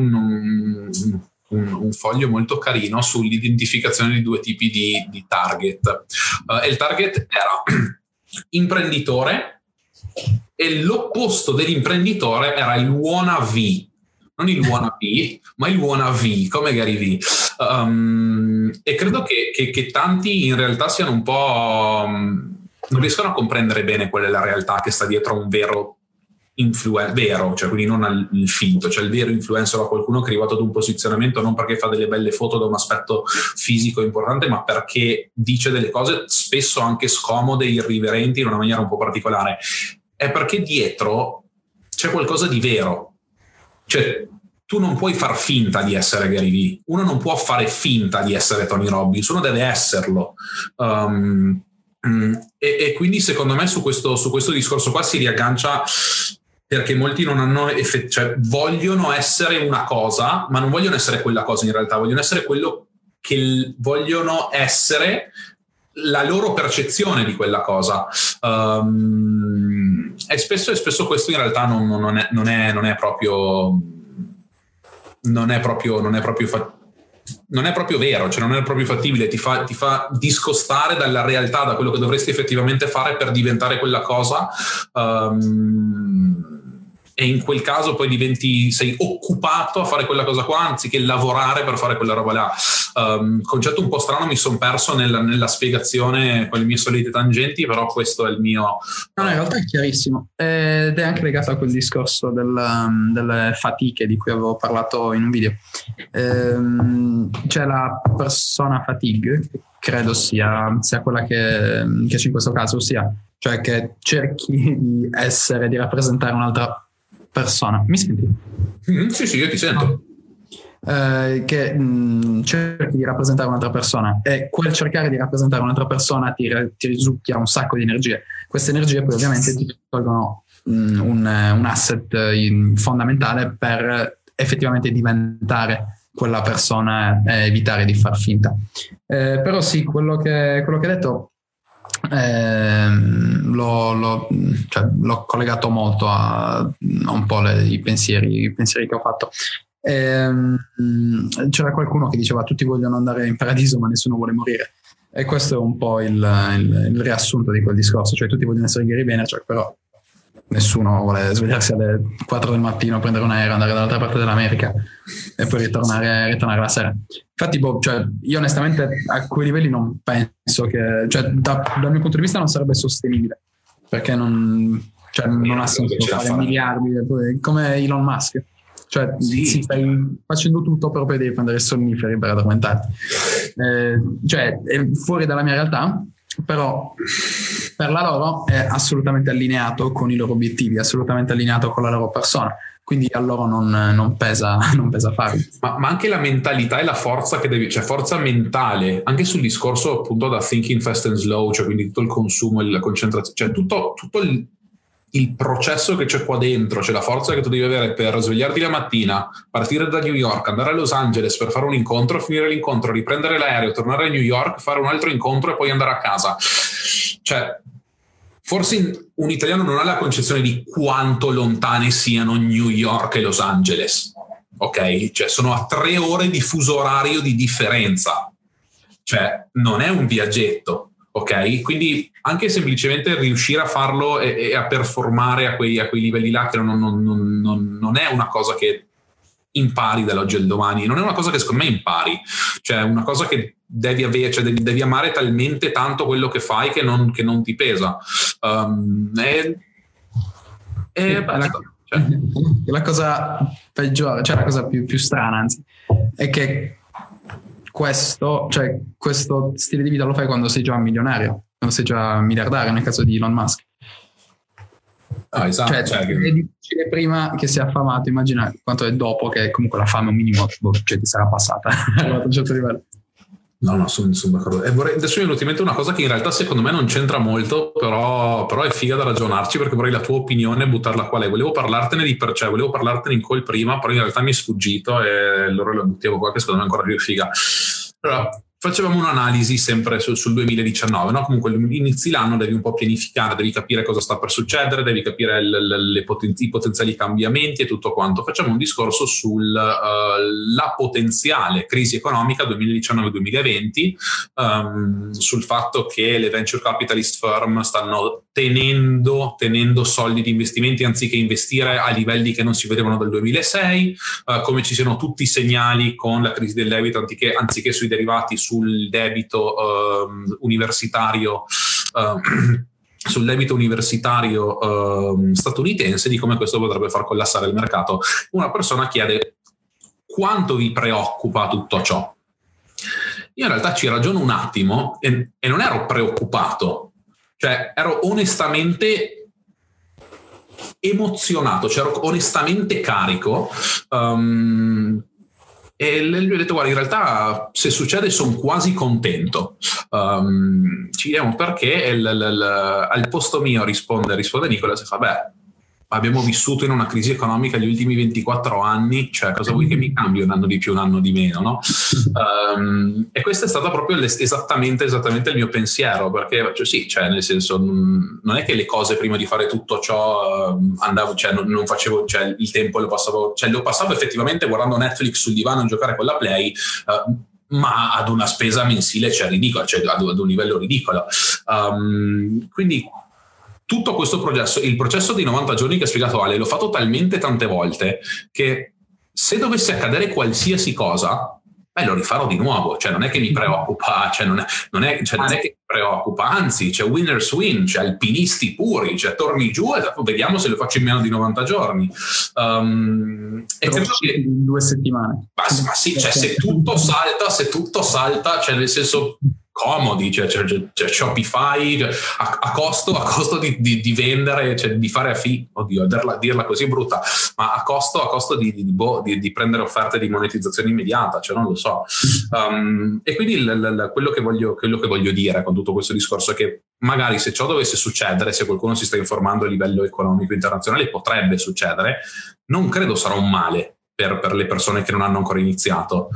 un foglio molto carino sull'identificazione di 2 tipi di target, e il target era imprenditore, e l'opposto dell'imprenditore era il wannabe, non il wannabe, ma il wannabe, come Gary Vee. E credo che tanti in realtà siano un po' non riescono a comprendere bene qual è la realtà che sta dietro a un vero vero, cioè quindi non il finto, cioè il vero influencer o qualcuno che è arrivato ad un posizionamento non perché fa delle belle foto da un aspetto fisico importante, ma perché dice delle cose spesso anche scomode, irriverenti in una maniera un po' particolare. È perché dietro c'è qualcosa di vero. Cioè, tu non puoi far finta di essere Gary Vee, uno non può fare finta di essere Tony Robbins, uno deve esserlo. E quindi secondo me su questo discorso qua si riaggancia, perché molti non hanno cioè vogliono essere una cosa, ma non vogliono essere quella cosa in realtà, vogliono essere quello che vogliono essere, la loro percezione di quella cosa, e spesso questo in realtà non è proprio vero, cioè non è proprio fattibile, ti fa discostare dalla realtà, da quello che dovresti effettivamente fare per diventare quella cosa, e in quel caso poi sei occupato a fare quella cosa qua anziché lavorare per fare quella roba là. Concetto un po' strano, mi sono perso nella spiegazione con le mie solite tangenti, però questo è il mio... No, in realtà è chiarissimo, ed è anche legato a quel discorso delle fatiche di cui avevo parlato in un video. C'è la persona fatigue, che credo sia quella che c'è in questo caso, ossia cioè che cerchi di rappresentare un'altra persona. Mi senti? Sì, io ti sento. Che cerchi di rappresentare un'altra persona, e quel cercare di rappresentare un'altra persona ti risucchia un sacco di energie. Queste energie poi ovviamente ti tolgono un asset fondamentale per effettivamente diventare quella persona e evitare di far finta. Però sì, quello che hai detto l'ho collegato molto a un po' i pensieri che ho fatto. C'era qualcuno che diceva tutti vogliono andare in paradiso ma nessuno vuole morire, e questo è un po' il riassunto di quel discorso, cioè tutti vogliono essere Gary Vaynerchuk, però nessuno vuole svegliarsi alle 4 del mattino, prendere un aereo, andare dall'altra parte dell'America e poi ritornare la sera. Infatti cioè, io onestamente a quei livelli non penso che, cioè, dal mio punto di vista non sarebbe sostenibile, perché non ha senso fare miliardi come Elon Musk. Cioè sì, stai facendo tutto però poi devi prendere sonniferi per addormentarti, cioè è fuori dalla mia realtà, però per la loro è assolutamente allineato con i loro obiettivi, assolutamente allineato con la loro persona, quindi a loro non pesa farlo. Ma anche la mentalità e la forza che devi, cioè forza mentale, anche sul discorso appunto da thinking fast and slow, cioè quindi tutto il consumo, la concentrazione, cioè tutto il processo che c'è qua dentro, cioè la forza che tu devi avere per svegliarti la mattina, partire da New York, andare a Los Angeles per fare un incontro, finire l'incontro, riprendere l'aereo, tornare a New York, fare un altro incontro e poi andare a casa. Cioè, forse un italiano non ha la concezione di quanto lontane siano New York e Los Angeles, ok? Cioè, sono a 3 ore di fuso orario di differenza. Cioè, non è un viaggetto. Ok, quindi anche semplicemente riuscire a farlo e a performare a quei livelli là, che non è una cosa che impari dall'oggi al domani, non è una cosa che secondo me impari, cioè è una cosa che devi avere, cioè devi amare talmente tanto quello che fai che non ti pesa. La cosa peggiore, cioè la cosa più strana, anzi, è che questo stile di vita lo fai quando sei già milionario, quando sei già miliardario, nel caso di Elon Musk. Esatto. Cioè, è difficile prima che sia affamato, immagina quanto è dopo, che comunque la fame un minimo cioè, ti sarà passata arrivato a un certo livello. No, sono d'accordo. E adesso mi è venuta in mente una cosa che in realtà secondo me non c'entra molto, però è figa da ragionarci, perché vorrei la tua opinione buttarla qua. Volevo parlartene volevo parlartene in call prima, però in realtà mi è sfuggito e allora la buttiamo qua, che secondo me è ancora più figa. Allora, facevamo un'analisi sempre sul 2019, no? Comunque inizi l'anno, devi un po' pianificare, devi capire cosa sta per succedere, devi capire i potenziali cambiamenti e tutto quanto. Facciamo un discorso sulla potenziale crisi economica 2019-2020, sul fatto che le venture capitalist firm stanno tenendo soldi di investimenti anziché investire a livelli che non si vedevano dal 2006, come ci siano tutti i segnali con la crisi del debito anziché sui derivati, sul debito universitario statunitense, di come questo potrebbe far collassare il mercato. Una persona chiede: quanto vi preoccupa tutto ciò? Io in realtà ci ragiono un attimo e non ero preoccupato, cioè ero onestamente emozionato, cioè ero onestamente carico, e gli ho detto: guarda, in realtà se succede sono quasi contento. Ci vediamo perché al posto mio risponde Nicolas e fa: beh, abbiamo vissuto in una crisi economica gli ultimi 24 anni, cioè cosa vuoi che mi cambi un anno di più, un anno di meno, no? E questo è stato proprio esattamente il mio pensiero, perché cioè nel senso, non è che le cose prima di fare tutto ciò andavo, cioè non facevo, cioè il tempo lo passavo effettivamente guardando Netflix sul divano a giocare con la Play, ma ad una spesa mensile, cioè ridicola, cioè ad un livello ridicolo. Quindi tutto questo processo, il processo di 90 giorni che ha spiegato Ale, l'ho fatto talmente tante volte che se dovesse accadere qualsiasi cosa, lo rifarò di nuovo. Cioè non è che mi preoccupa, cioè non è che mi preoccupa, anzi c'è winners win, c'è alpinisti puri, cioè torni giù e vediamo se lo faccio in meno di 90 giorni. E credo che 2 settimane. Ma sì, cioè se tutto salta, cioè nel senso, comodi, cioè Shopify, cioè, a costo di vendere, cioè di fare oddio, dirla così è brutta, ma a costo di prendere offerte di monetizzazione immediata, cioè non lo so. E quindi quello che voglio dire con tutto questo discorso è che magari se ciò dovesse succedere, se qualcuno si sta informando a livello economico internazionale, potrebbe succedere, non credo sarà un male per le persone che non hanno ancora iniziato,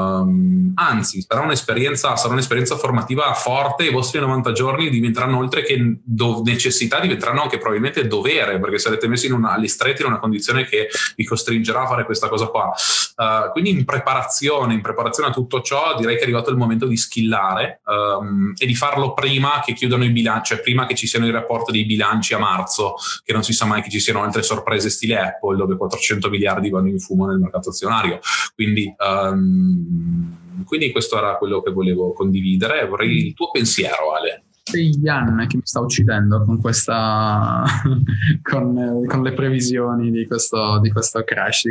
anzi sarà un'esperienza formativa forte. I vostri 90 giorni diventeranno, oltre che necessità, diventeranno anche probabilmente dovere, perché sarete messi all'istretto in una condizione che vi costringerà a fare questa cosa qua. Quindi in preparazione a tutto ciò, direi che è arrivato il momento di skillare, e di farlo prima che chiudano i bilanci, cioè prima che ci siano i report dei bilanci a marzo, che non si sa mai che ci siano altre sorprese stile Apple, dove 400 miliardi vanno in fumo nel mercato azionario. Quindi questo era quello che volevo condividere. Vorrei il tuo pensiero, Ale. Ian che mi sta uccidendo con questa con le previsioni di questo crash,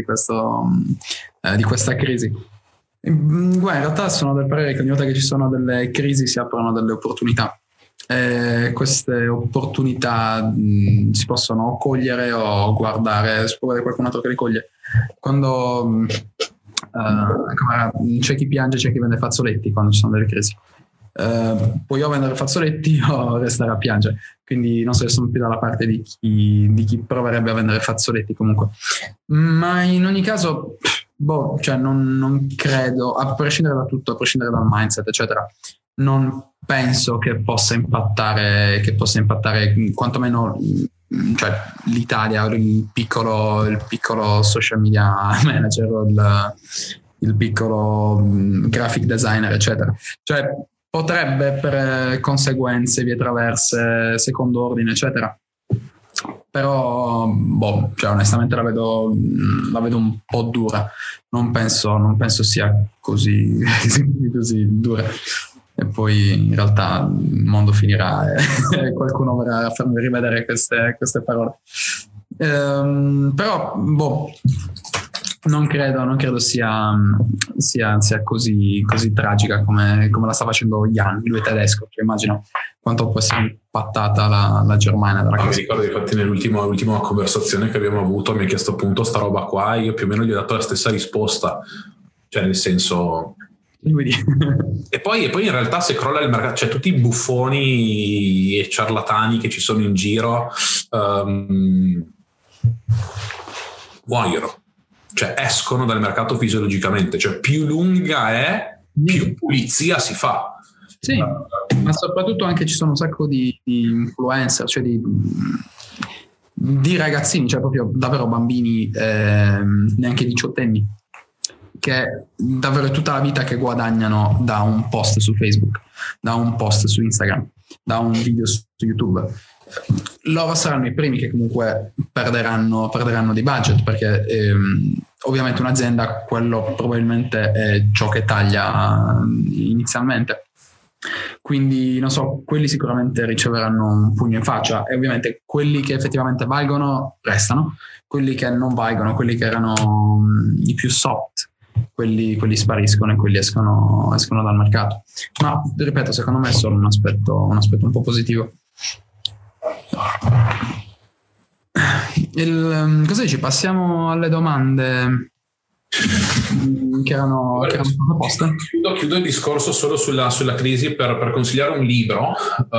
di questa crisi. In realtà sono del parere che ogni volta che ci sono delle crisi si aprono delle opportunità. Queste opportunità si possono cogliere o guardare, si può vedere qualcun altro che le coglie. Quando c'è chi piange, c'è chi vende fazzoletti quando ci sono delle crisi. puoi o vendere fazzoletti o restare a piangere, quindi non so se sono più dalla parte di chi proverebbe a vendere fazzoletti comunque, ma in ogni caso cioè non credo, a prescindere da tutto, a prescindere dal mindset eccetera, non penso che possa impattare quantomeno, cioè l'Italia, il piccolo social media manager o il piccolo graphic designer eccetera, cioè potrebbe per conseguenze, vie traverse, secondo ordine eccetera, però cioè onestamente la vedo un po' dura, non penso sia così dura, e poi in realtà il mondo finirà e qualcuno vorrà a farmi rivedere queste parole, però non credo sia così tragica come la sta facendo Jan, lui è tedesco, cioè immagino quanto può essere impattata la Germania dalla cosa. Mi ricordo infatti nell'ultima conversazione che abbiamo avuto mi ha chiesto appunto sta roba qua e io più o meno gli ho dato la stessa risposta, cioè nel senso... E poi in realtà se crolla il mercato, cioè tutti i buffoni e ciarlatani che ci sono in giro muoiono, cioè escono dal mercato fisiologicamente, cioè più lunga è, più pulizia si fa. Sì, ma soprattutto anche ci sono un sacco di influencer, cioè di ragazzini, cioè proprio davvero bambini, neanche diciottenni, che davvero è tutta la vita che guadagnano da un post su Facebook, da un post su Instagram, da un video su YouTube. Loro saranno i primi che comunque perderanno dei budget, perché ovviamente un'azienda quello probabilmente è ciò che taglia inizialmente, quindi non so, quelli sicuramente riceveranno un pugno in faccia, e ovviamente quelli che effettivamente valgono restano, quelli che non valgono, quelli che erano i più soft, quelli spariscono e quelli escono dal mercato. Ma ripeto, secondo me è solo un aspetto un po' positivo. Cosa dici? Passiamo alle domande che erano poste. Chiudo il discorso solo sulla crisi per consigliare un libro,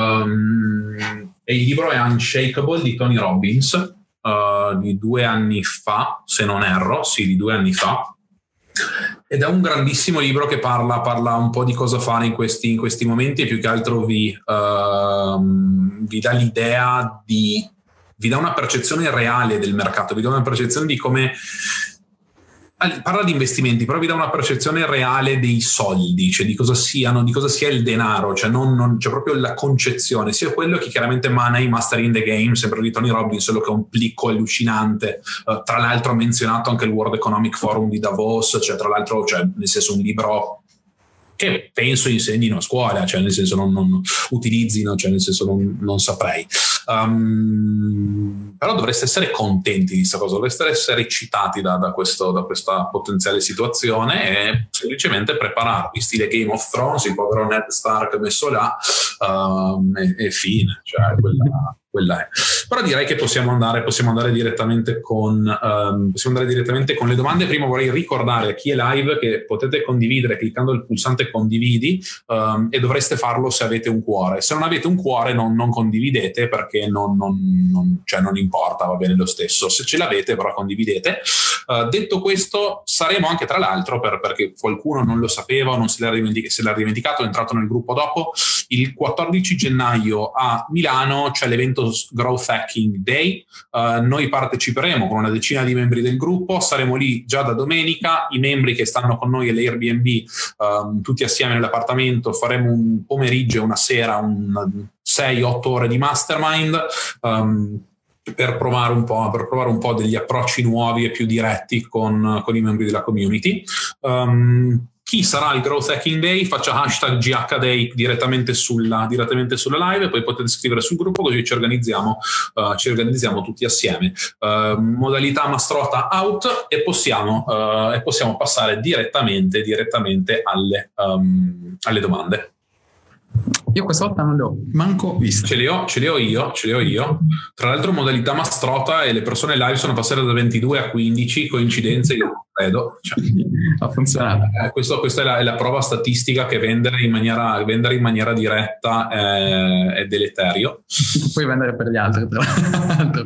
e il libro è Unshakable di Tony Robbins, di 2 anni fa, se non erro, sì, di 2 anni fa, ed è un grandissimo libro che parla un po' di cosa fare in questi momenti, e più che altro vi dà l'idea vi dà una percezione reale del mercato, vi dà una percezione di come... Parla di investimenti, però vi dà una percezione reale dei soldi, cioè di cosa sia il denaro, cioè non c'è proprio la concezione, sia quello che chiaramente Money Mastering the Game, sempre di Tony Robbins, solo che è un plicco allucinante. Tra l'altro ha menzionato anche il World Economic Forum di Davos, cioè tra l'altro, cioè nel senso un libro che penso insegnino a scuola, cioè nel senso non utilizzino, cioè nel senso non saprei. Però dovreste essere contenti di questa cosa, dovreste essere eccitati da questa potenziale situazione e semplicemente prepararvi, stile Game of Thrones, il povero Ned Stark messo là, e fine, cioè quella è. Però direi che possiamo andare direttamente con le domande. Prima vorrei ricordare a chi è live che potete condividere cliccando il pulsante condividi, e dovreste farlo se avete un cuore. Se non avete un cuore non condividete, perché non importa, va bene lo stesso. Se ce l'avete però condividete. Detto questo, saremo anche, tra l'altro, perché qualcuno non lo sapeva o non se l'ha dimenticato, è entrato nel gruppo dopo, il 14 gennaio a Milano c'è l'evento Growth Hacking Day. Noi parteciperemo con una decina di membri del gruppo, saremo lì già da domenica. I membri che stanno con noi all'Airbnb, tutti assieme nell'appartamento, faremo un pomeriggio e una sera, 6-8 ore di mastermind, per provare un po' degli approcci nuovi e più diretti con i membri della community. Chi sarà il Growth Hacking Day faccia hashtag GHDay direttamente sulla live, e poi potete scrivere sul gruppo, così ci organizziamo tutti assieme. Modalità Mastrota out, e possiamo passare direttamente alle domande. Io questa volta non le ho manco viste. Ce li ho io. Tra l'altro modalità mastrota, e le persone live sono passate da 22 a 15, coincidenze io non credo. Cioè, ha funzionato. Questa è la prova statistica che vendere in maniera diretta è deleterio. Puoi vendere per gli altri, tra l'altro.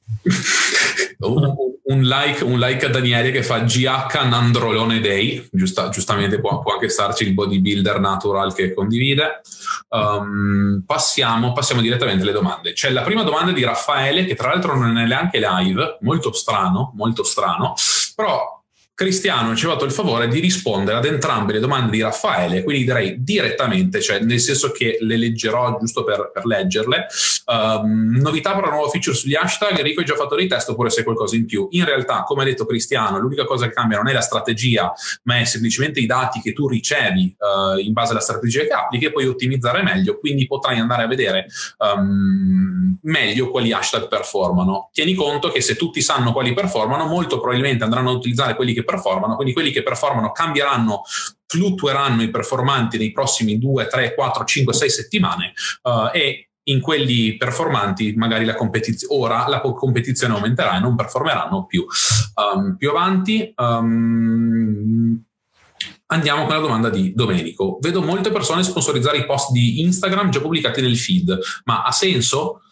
Un like a Daniele che fa GH Nandrolone Day, giustamente può anche starci il bodybuilder natural che condivide. Passiamo direttamente alle domande. C'è la prima domanda di Raffaele, che tra l'altro non è neanche live, molto strano, però Cristiano ci ha fatto il favore di rispondere ad entrambe le domande di Raffaele, quindi direi direttamente, cioè nel senso che le leggerò giusto per leggerle. Novità per una nuova feature sugli hashtag. Enrico, hai già fatto dei test oppure sei qualcosa in più? In realtà, come ha detto Cristiano, l'unica cosa che cambia non è la strategia, ma è semplicemente i dati che tu ricevi in base alla strategia che applichi, e puoi ottimizzare meglio, quindi potrai andare a vedere meglio quali hashtag performano. Tieni conto che se tutti sanno quali performano, molto probabilmente andranno a utilizzare quelli che performano, quindi quelli che performano cambieranno, fluttueranno i performanti nei prossimi 2, 3, 4, 5, 6 settimane, e in quelli performanti magari la competizione aumenterà e non performeranno più. Più avanti andiamo con la domanda di Domenico. Vedo molte persone sponsorizzare i post di Instagram già pubblicati nel feed, ma ha senso?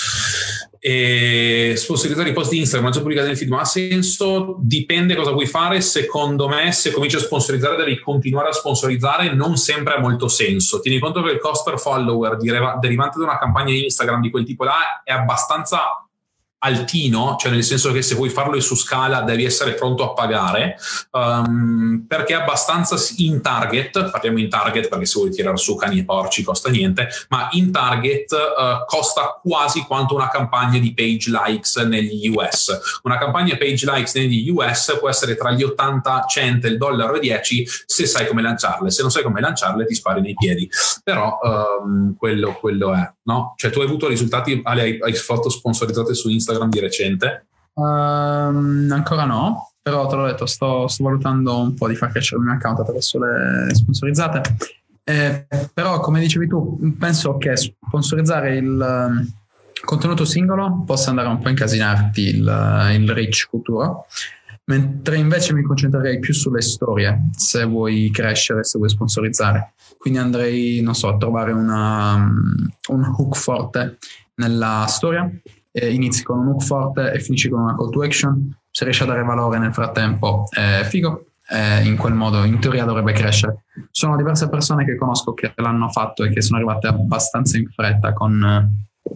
E sponsorizzare i post di Instagram già pubblicati nel feed, ma ha senso? Dipende cosa vuoi fare. Secondo me, se cominci a sponsorizzare, devi continuare a sponsorizzare, non sempre ha molto senso. Tieni conto che il cost per follower derivante da una campagna Instagram di quel tipo là è abbastanza altino, cioè nel senso che se vuoi farlo su scala devi essere pronto a pagare, perché è abbastanza in target. Parliamo in target perché se vuoi tirare su cani e porci costa niente, ma in target costa quasi quanto una campagna di page likes negli US. Una campagna page likes negli US può essere tra gli 80 cent, il $1 e 10 se sai come lanciarle. Se non sai come lanciarle ti spari nei piedi, però quello è, no? Cioè tu hai avuto risultati, hai foto sponsorizzate su Instagram di recente? Ancora no, però te l'ho detto, sto valutando un po' di far crescere il mio account attraverso le sponsorizzate, però come dicevi tu, penso che sponsorizzare il contenuto singolo possa andare un po' a incasinarti il reach futuro, mentre invece mi concentrerei più sulle storie se vuoi crescere, se vuoi sponsorizzare. Quindi andrei, non so, a trovare un hook forte nella storia. Inizi con un hook forte e finisci con una call to action. Se riesci a dare valore nel frattempo è figo, in quel modo in teoria dovrebbe crescere. Sono diverse persone che conosco che l'hanno fatto e che sono arrivate abbastanza in fretta con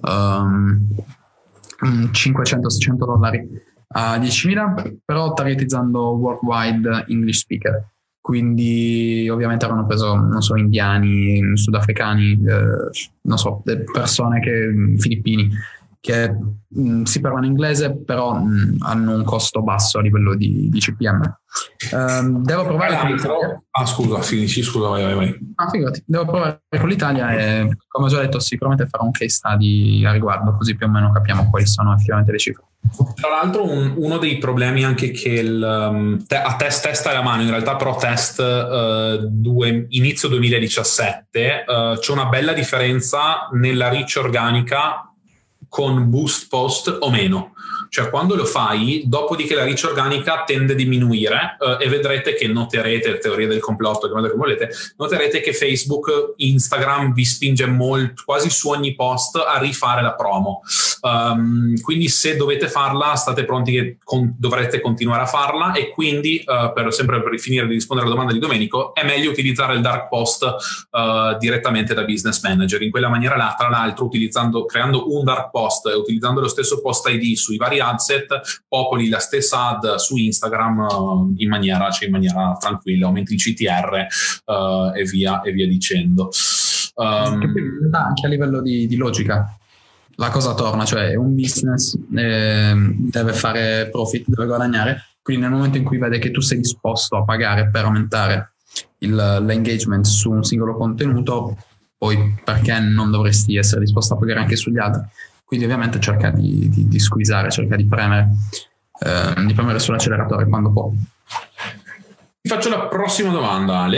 $500-600 a 10.000, però targetizzando worldwide English speaker, quindi ovviamente avranno preso, non so, indiani, sudafricani, non so, persone filippini che si parlano inglese, però hanno un costo basso a livello di CPM. Devo provare con l'Italia. Scusa, vai. Figurati. Devo provare con l'Italia e, come ho già detto, sicuramente farò un case study a riguardo, così più o meno capiamo quali sono effettivamente le cifre. Tra l'altro uno dei problemi anche che a test alla mano, in realtà però test inizio 2017, c'è una bella differenza nella reach organica con boost post o meno. Cioè quando lo fai, dopodiché la reach organica tende a diminuire, e vedrete che noterete, teoria del complotto, come volete, noterete che Facebook, Instagram vi spinge molto, quasi su ogni post, a rifare la promo. Quindi se dovete farla, state pronti che dovrete continuare a farla, e quindi sempre per finire di rispondere alla domanda di Domenico, è meglio utilizzare il dark post direttamente da business manager. In quella maniera là, tra l'altro, creando un dark post e utilizzando lo stesso post ID sui vari adset, popoli la stessa ad su Instagram in maniera tranquilla, aumenti il CTR e via dicendo. Anche a livello di logica la cosa torna, cioè è un business, deve fare profit, deve guadagnare, quindi nel momento in cui vede che tu sei disposto a pagare per aumentare l'engagement su un singolo contenuto, poi perché non dovresti essere disposto a pagare anche sugli altri? Quindi ovviamente cerca di squeezare, cerca di premere sull'acceleratore quando può. Ti faccio la prossima domanda, Ale.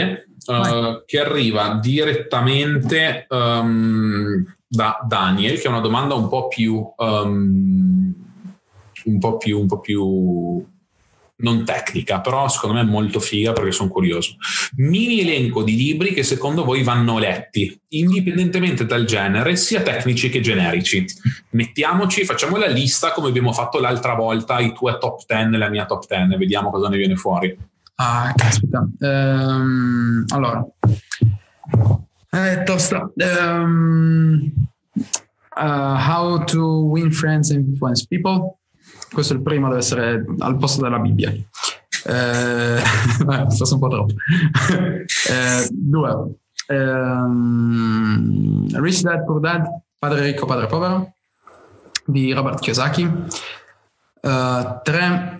che arriva direttamente da Daniel, che è una domanda un po' più non tecnica, però secondo me è molto figa perché sono curioso. Mini elenco di libri che secondo voi vanno letti, indipendentemente dal genere, sia tecnici che generici. Facciamo la lista come abbiamo fatto l'altra volta, i tuoi top 10 e la mia top 10, vediamo cosa ne viene fuori. Ah, caspita. Allora, tosta. How to win friends and influence people. Questo è il primo, deve essere al posto della Bibbia. Forse un po' troppo. 2. Rich Dad Poor Dad, Padre ricco, padre povero, di Robert Kiyosaki. 3.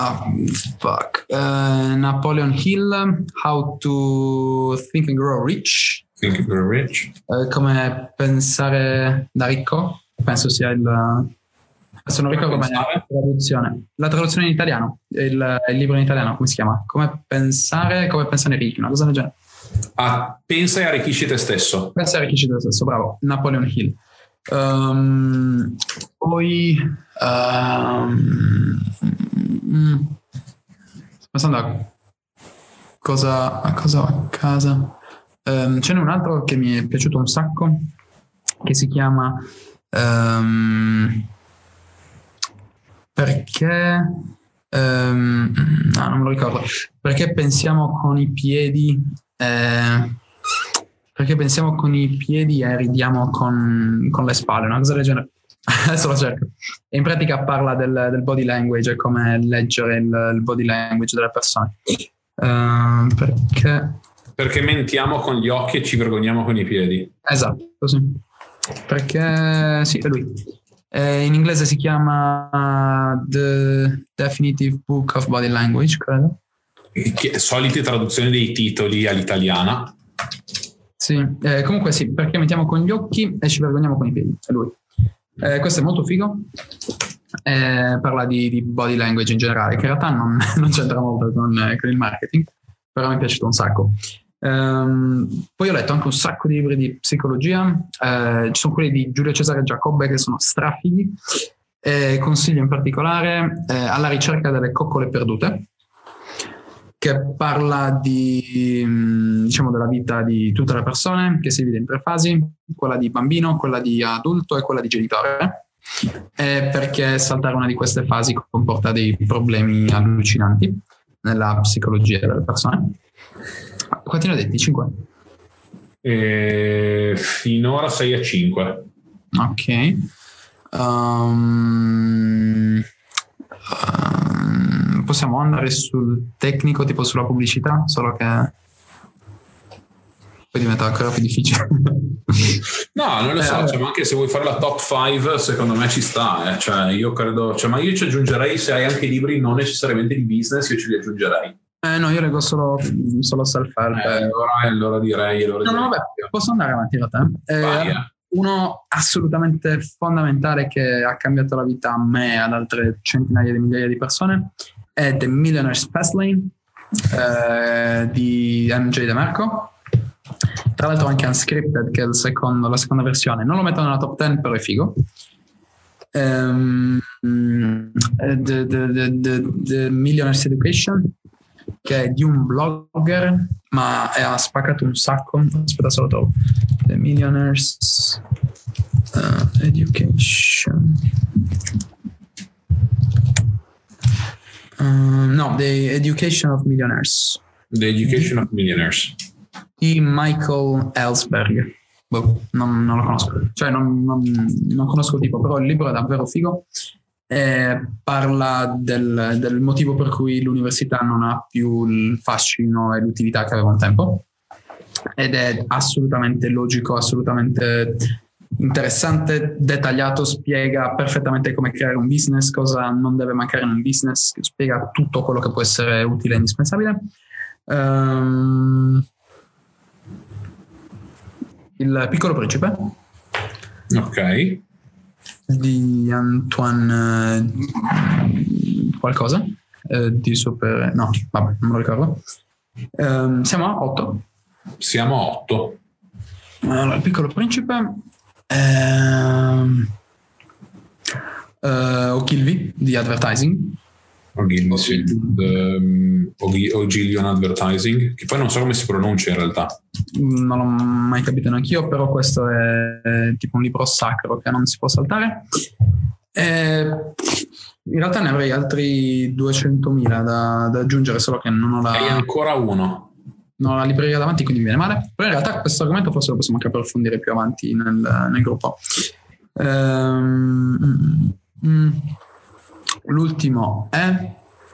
Napoleon Hill, How to Think and Grow Rich. Think and Grow Rich. Come pensare da ricco, penso sia il... Adesso non ricordo bene la traduzione in italiano, il libro in italiano, come si chiama? Come pensare ricchi, una cosa del genere. Pensa e arricchisci te stesso. Pensa e arricchisci te stesso, bravo, Napoleon Hill. Poi pensando a cosa a casa. Ce n'è un altro che mi è piaciuto un sacco, che si chiama perché non me lo ricordo, perché pensiamo con i piedi e ridiamo con le spalle, una cosa del genere. Adesso lo cerco. E in pratica parla del body language e come leggere il body language delle persone. Perché mentiamo con gli occhi e ci vergogniamo con i piedi. Esatto, così. Perché sì, è lui. In inglese si chiama The Definitive Book of Body Language, credo. Solite traduzioni dei titoli all'italiana. Sì, comunque sì, perché mettiamo con gli occhi e ci vergogniamo con i piedi, è lui. Questo è molto figo. Parla di body language in generale, che in realtà non c'entra molto con il marketing, però mi è piaciuto un sacco. Poi ho letto anche un sacco di libri di psicologia, ci sono quelli di Giulio Cesare Giacobbe che sono strafighi, consiglio in particolare Alla ricerca delle coccole perdute, che parla della vita di tutte le persone, che si divide in 3 fasi: quella di bambino, quella di adulto e quella di genitore, perché saltare una di queste fasi comporta dei problemi allucinanti nella psicologia delle persone. Quanti ne ho detti? 5? Finora 6 a 5. Ok. Possiamo andare sul tecnico, tipo sulla pubblicità, solo che poi diventa ancora più difficile. No, non lo so, ma anche se vuoi fare la top 5 secondo me ci sta, Cioè, io credo, ma io ci aggiungerei, se hai anche libri non necessariamente di business, io ce li aggiungerei. No, io leggo solo self-help. Allora direi. No, vabbè, posso andare avanti da te. Uno assolutamente fondamentale che ha cambiato la vita a me e ad altre centinaia di migliaia di persone è The Millionaire's Fastlane di MJ DeMarco. Tra l'altro anche Unscripted, che è la seconda versione. Non lo metto nella top 10, però è figo. The Millionaire's Education, che è di un blogger, ma ha spaccato un sacco. Aspetta, solo trovo. The Millionaire's Education. No, The Education of Millionaires. The Education of Millionaires. Di Michael Ellsberg. Non lo conosco. Cioè, non conosco il tipo, però il libro è davvero figo. Parla del motivo per cui l'università non ha più il fascino e l'utilità che aveva un tempo, ed è assolutamente logico, assolutamente interessante, dettagliato, spiega perfettamente come creare un business, cosa non deve mancare in un business, spiega tutto quello che può essere utile e indispensabile. Il Piccolo Principe, ok, di Antoine qualcosa, di super... no, vabbè, non me lo ricordo. Siamo a 8. Siamo a 8. Allora, Il Piccolo Principe, Ogilvy di Advertising. Ogilvy Advertising, che poi non so come si pronuncia in realtà. Non l'ho mai capito neanch'io, però questo è tipo un libro sacro che non si può saltare. In realtà ne avrei altri 200.000 da aggiungere, solo che non ho Hai ancora uno. Non ho la libreria davanti, quindi mi viene male. Però in realtà questo argomento forse lo possiamo anche approfondire più avanti nel gruppo. L'ultimo è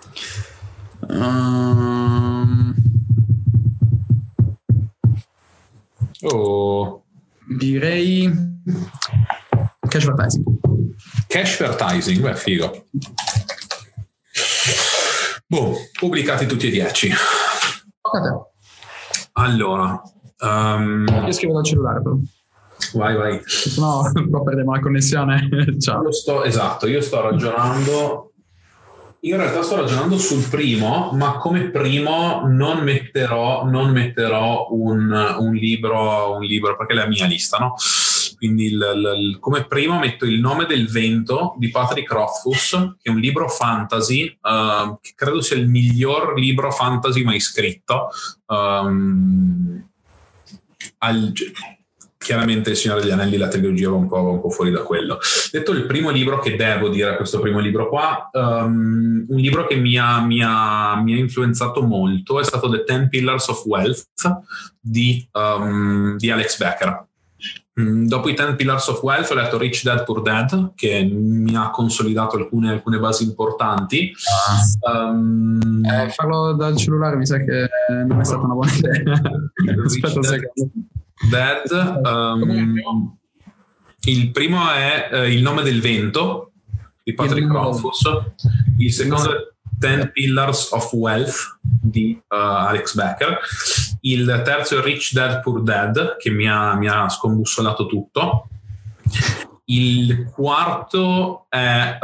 direi Cashvertising, beh, figo. Boh, pubblicati tutti e 10. Allora, io scrivo dal cellulare però. Vai. No, poi perdiamo la connessione. Ciao. Io sto ragionando. In realtà sto ragionando sul primo, ma come primo non metterò un libro perché è la mia lista, no? Quindi come primo metto Il nome del vento di Patrick Rothfuss, che è un libro fantasy, che credo sia il miglior libro fantasy mai scritto. Chiaramente Il Signore degli Anelli, la trilogia va un po' fuori da quello. Detto il primo libro che devo dire, questo primo libro qua, un libro che mi ha influenzato molto è stato The 10 Pillars of Wealth di Alex Becker. Dopo i 10 Pillars of Wealth ho letto Rich Dad Poor Dad, che mi ha consolidato alcune basi importanti. Farlo dal cellulare mi sa che non è stata una buona idea. Aspetta un secondo. Il primo è Il nome del vento di Patrick Rothfuss. Il secondo è 10 Pillars of Wealth di Alex Becker. Il terzo è Rich Dad Poor Dad, che mi ha scombussolato tutto. Il quarto è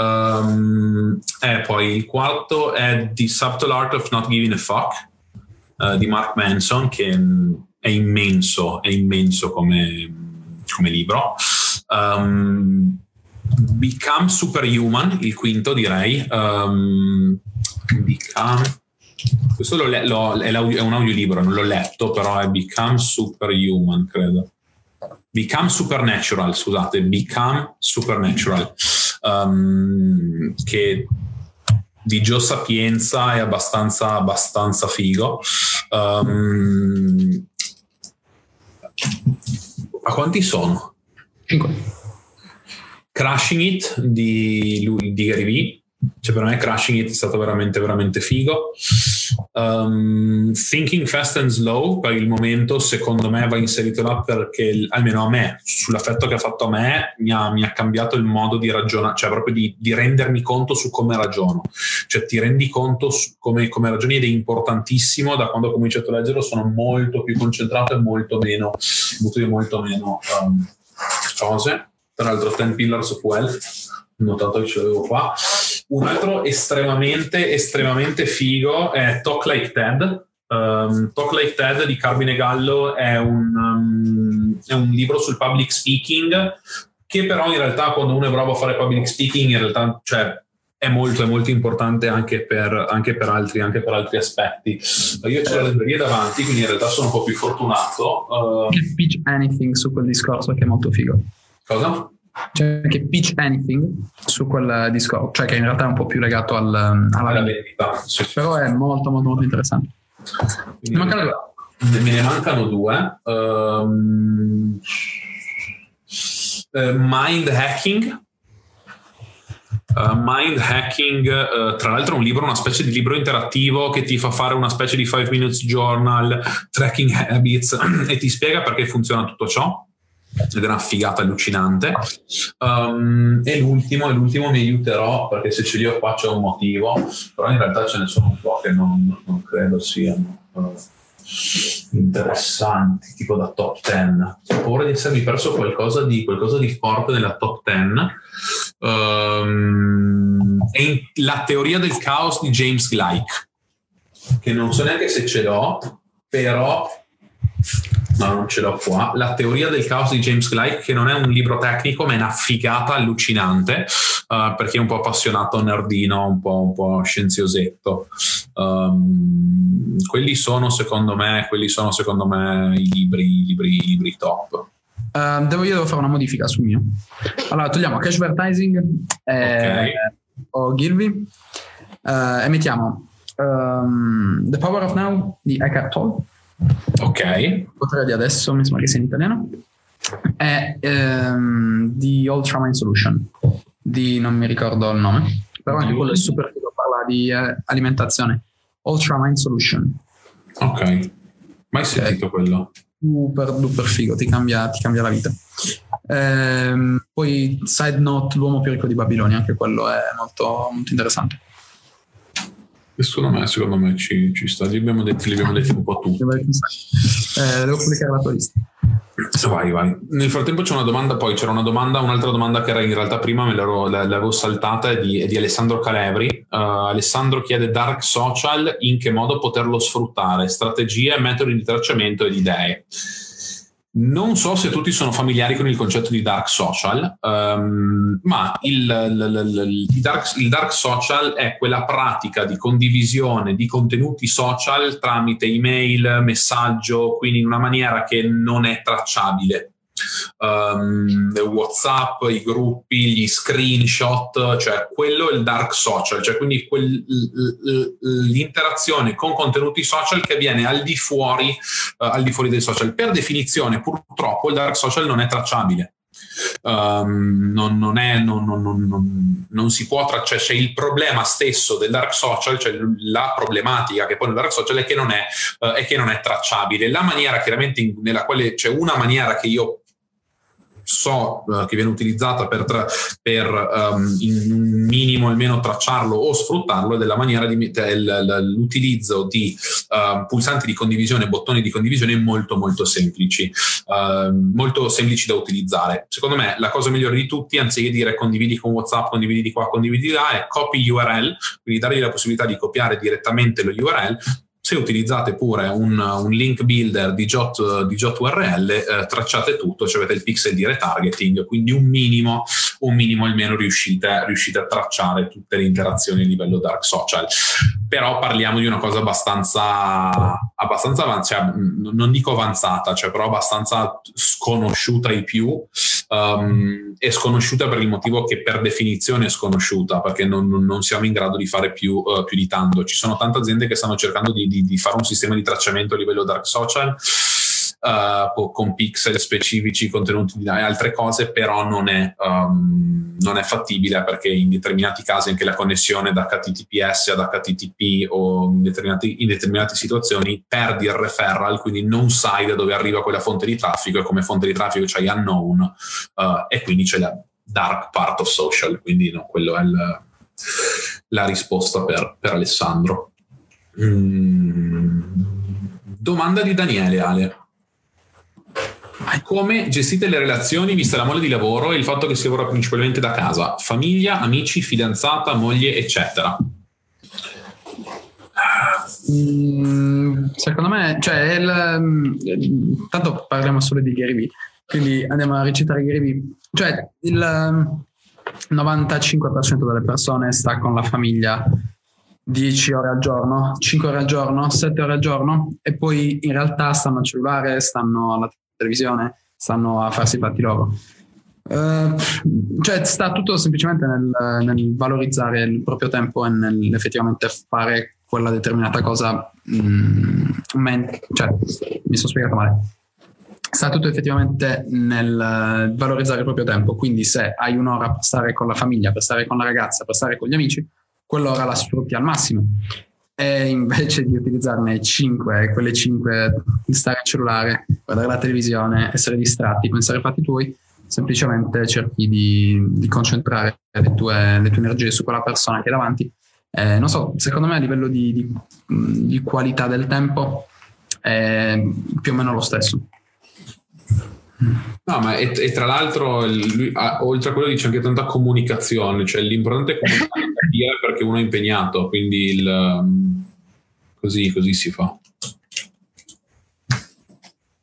The Subtle Art of Not Giving a Fuck di Mark Manson, che è immenso come libro. Become Superhuman, il quinto, direi. Questo è un audiolibro, non l'ho letto, però è Become Superhuman, credo. Become Supernatural, che di Joe Sapienza è abbastanza figo. A quanti sono? 5. Crushing It di Gary Vee. Cioè, per me Crushing It è stato veramente veramente figo. Thinking Fast and Slow per il momento secondo me va inserito là, perché almeno a me, sull'effetto che ha fatto a me, mi ha cambiato il modo di ragionare, cioè proprio di rendermi conto su come ragiono. Cioè ti rendi conto su come ragioni, ed è importantissimo. Da quando ho cominciato a leggerlo sono molto più concentrato e molto meno cose. Tra l'altro 10 Pillars of Wealth, notato che ce l'avevo qua. Un altro estremamente figo è Talk Like Ted. Talk Like Ted di Carmine Gallo è un libro sul public speaking, che però in realtà, quando uno è bravo a fare public speaking, in realtà, cioè, è molto importante anche per altri aspetti. Io c'ho la libreria davanti, quindi in realtà sono un po' più fortunato. Che Pitch Anything su quel discorso, che è molto figo. Cosa? Cioè, che Pitch Anything su quel discorso, cioè che in realtà è un po' più legato alla vendita, sì. Però è molto interessante. Me ne mancano 2. Mind Hacking. Tra l'altro è un libro, una specie di libro interattivo che ti fa fare una specie di 5 minutes journal, tracking habits, e ti spiega perché funziona tutto ciò, ed è una figata allucinante. E l'ultimo mi aiuterò, perché se ce li ho qua c'è un motivo, però in realtà ce ne sono un po' che non credo siano interessanti, tipo da top 10. Ho paura di essermi perso qualcosa di forte nella top 10. È La teoria del caos di James Gleick, che non so neanche se ce l'ho, però No, non ce l'ho qua. La teoria del caos di James Gleick, che non è un libro tecnico, ma è una figata allucinante, perché è un po' appassionato nerdino, un po' scenziosetto. Quelli sono secondo me i libri top. Devo fare una modifica sul mio. Allora togliamo Cash Advertising o Gilby e mettiamo The Power of Now di Eckhart Tolle. Ok. Potere di adesso, mi sembra che sia in italiano. E di Ultra Mind Solution di non mi ricordo il nome, però anche quello è super figo, parla di alimentazione. Ultra Mind Solution. Ok, mai sentito quello. Super duper figo, ti cambia la vita. Poi side note, L'uomo più ricco di Babilonia, anche quello è molto, molto interessante. Secondo me ci sta, li abbiamo detti un po' tutti. Devo pubblicare la tua lista. Vai. Nel frattempo c'era un'altra domanda che era in realtà prima l'avevo saltata, è di Alessandro Calevri. Alessandro chiede: dark social, in che modo poterlo sfruttare, strategie, metodi di tracciamento ed idee. Non so se tutti sono familiari con il concetto di dark social, ma il dark social è quella pratica di condivisione di contenuti social tramite email, messaggio, quindi in una maniera che non è tracciabile. WhatsApp, i gruppi, gli screenshot, cioè quello è il dark social, cioè quindi l'interazione con contenuti social che avviene al di fuori dei social. Per definizione, purtroppo, il dark social non è tracciabile. Non si può tracciare, c'è il problema stesso del dark social, cioè la problematica che pone il dark social è che non è tracciabile. La maniera chiaramente nella quale c'è una maniera che io so che viene utilizzata per in un minimo almeno tracciarlo o sfruttarlo, è della maniera di l'utilizzo di pulsanti di condivisione, bottoni di condivisione molto molto semplici da utilizzare. Secondo me la cosa migliore di tutti, anziché dire condividi con WhatsApp, condividi di qua, condividi di là, è copy URL, quindi dargli la possibilità di copiare direttamente lo URL. Se utilizzate pure un link builder di JOT URL, tracciate tutto, cioè avete il pixel di retargeting, quindi un minimo almeno riuscite a tracciare tutte le interazioni a livello dark social. Però parliamo di una cosa abbastanza avanzata, cioè, non dico avanzata, cioè però abbastanza sconosciuta ai più, è sconosciuta per il motivo che per definizione è sconosciuta, perché non siamo in grado di fare più di tanto. Ci sono tante aziende che stanno cercando di fare un sistema di tracciamento a livello dark social con pixel specifici, contenuti e altre cose, però non è fattibile, perché in determinati casi anche la connessione da HTTPS ad HTTP o in determinate situazioni perdi il referral, quindi non sai da dove arriva quella fonte di traffico, e come fonte di traffico c'hai unknown, e quindi c'è la dark part of social. Quindi no, quello è la risposta per Alessandro. Domanda di Daniele, Ale: come gestite le relazioni vista la mole di lavoro e il fatto che si lavora principalmente da casa? Famiglia, amici, fidanzata, moglie, eccetera. Secondo me, cioè tanto parliamo solo di Gary Vee, quindi andiamo a recitare Gary Vee. Cioè il 95% delle persone sta con la famiglia 10 ore al giorno, 5 ore al giorno, 7 ore al giorno, e poi in realtà stanno al cellulare, stanno alla televisione, stanno a farsi i fatti loro. Cioè sta tutto semplicemente nel valorizzare il proprio tempo e nell'effettivamente fare quella determinata cosa. Cioè, mi sono spiegato male. Sta tutto effettivamente nel valorizzare il proprio tempo. Quindi se hai un'ora per stare con la famiglia, per stare con la ragazza, per stare con gli amici, quell'ora la sfrutti al massimo, e invece di utilizzarne 5, quelle 5 di stare al cellulare, guardare la televisione, essere distratti, pensare ai fatti tuoi, semplicemente cerchi di concentrare le tue energie su quella persona che è davanti. Non so, secondo me a livello di qualità del tempo è più o meno lo stesso. No, ma e tra l'altro lui, oltre a quello, dice anche tanta comunicazione, cioè l'importante è comunicare perché uno è impegnato, quindi così si fa.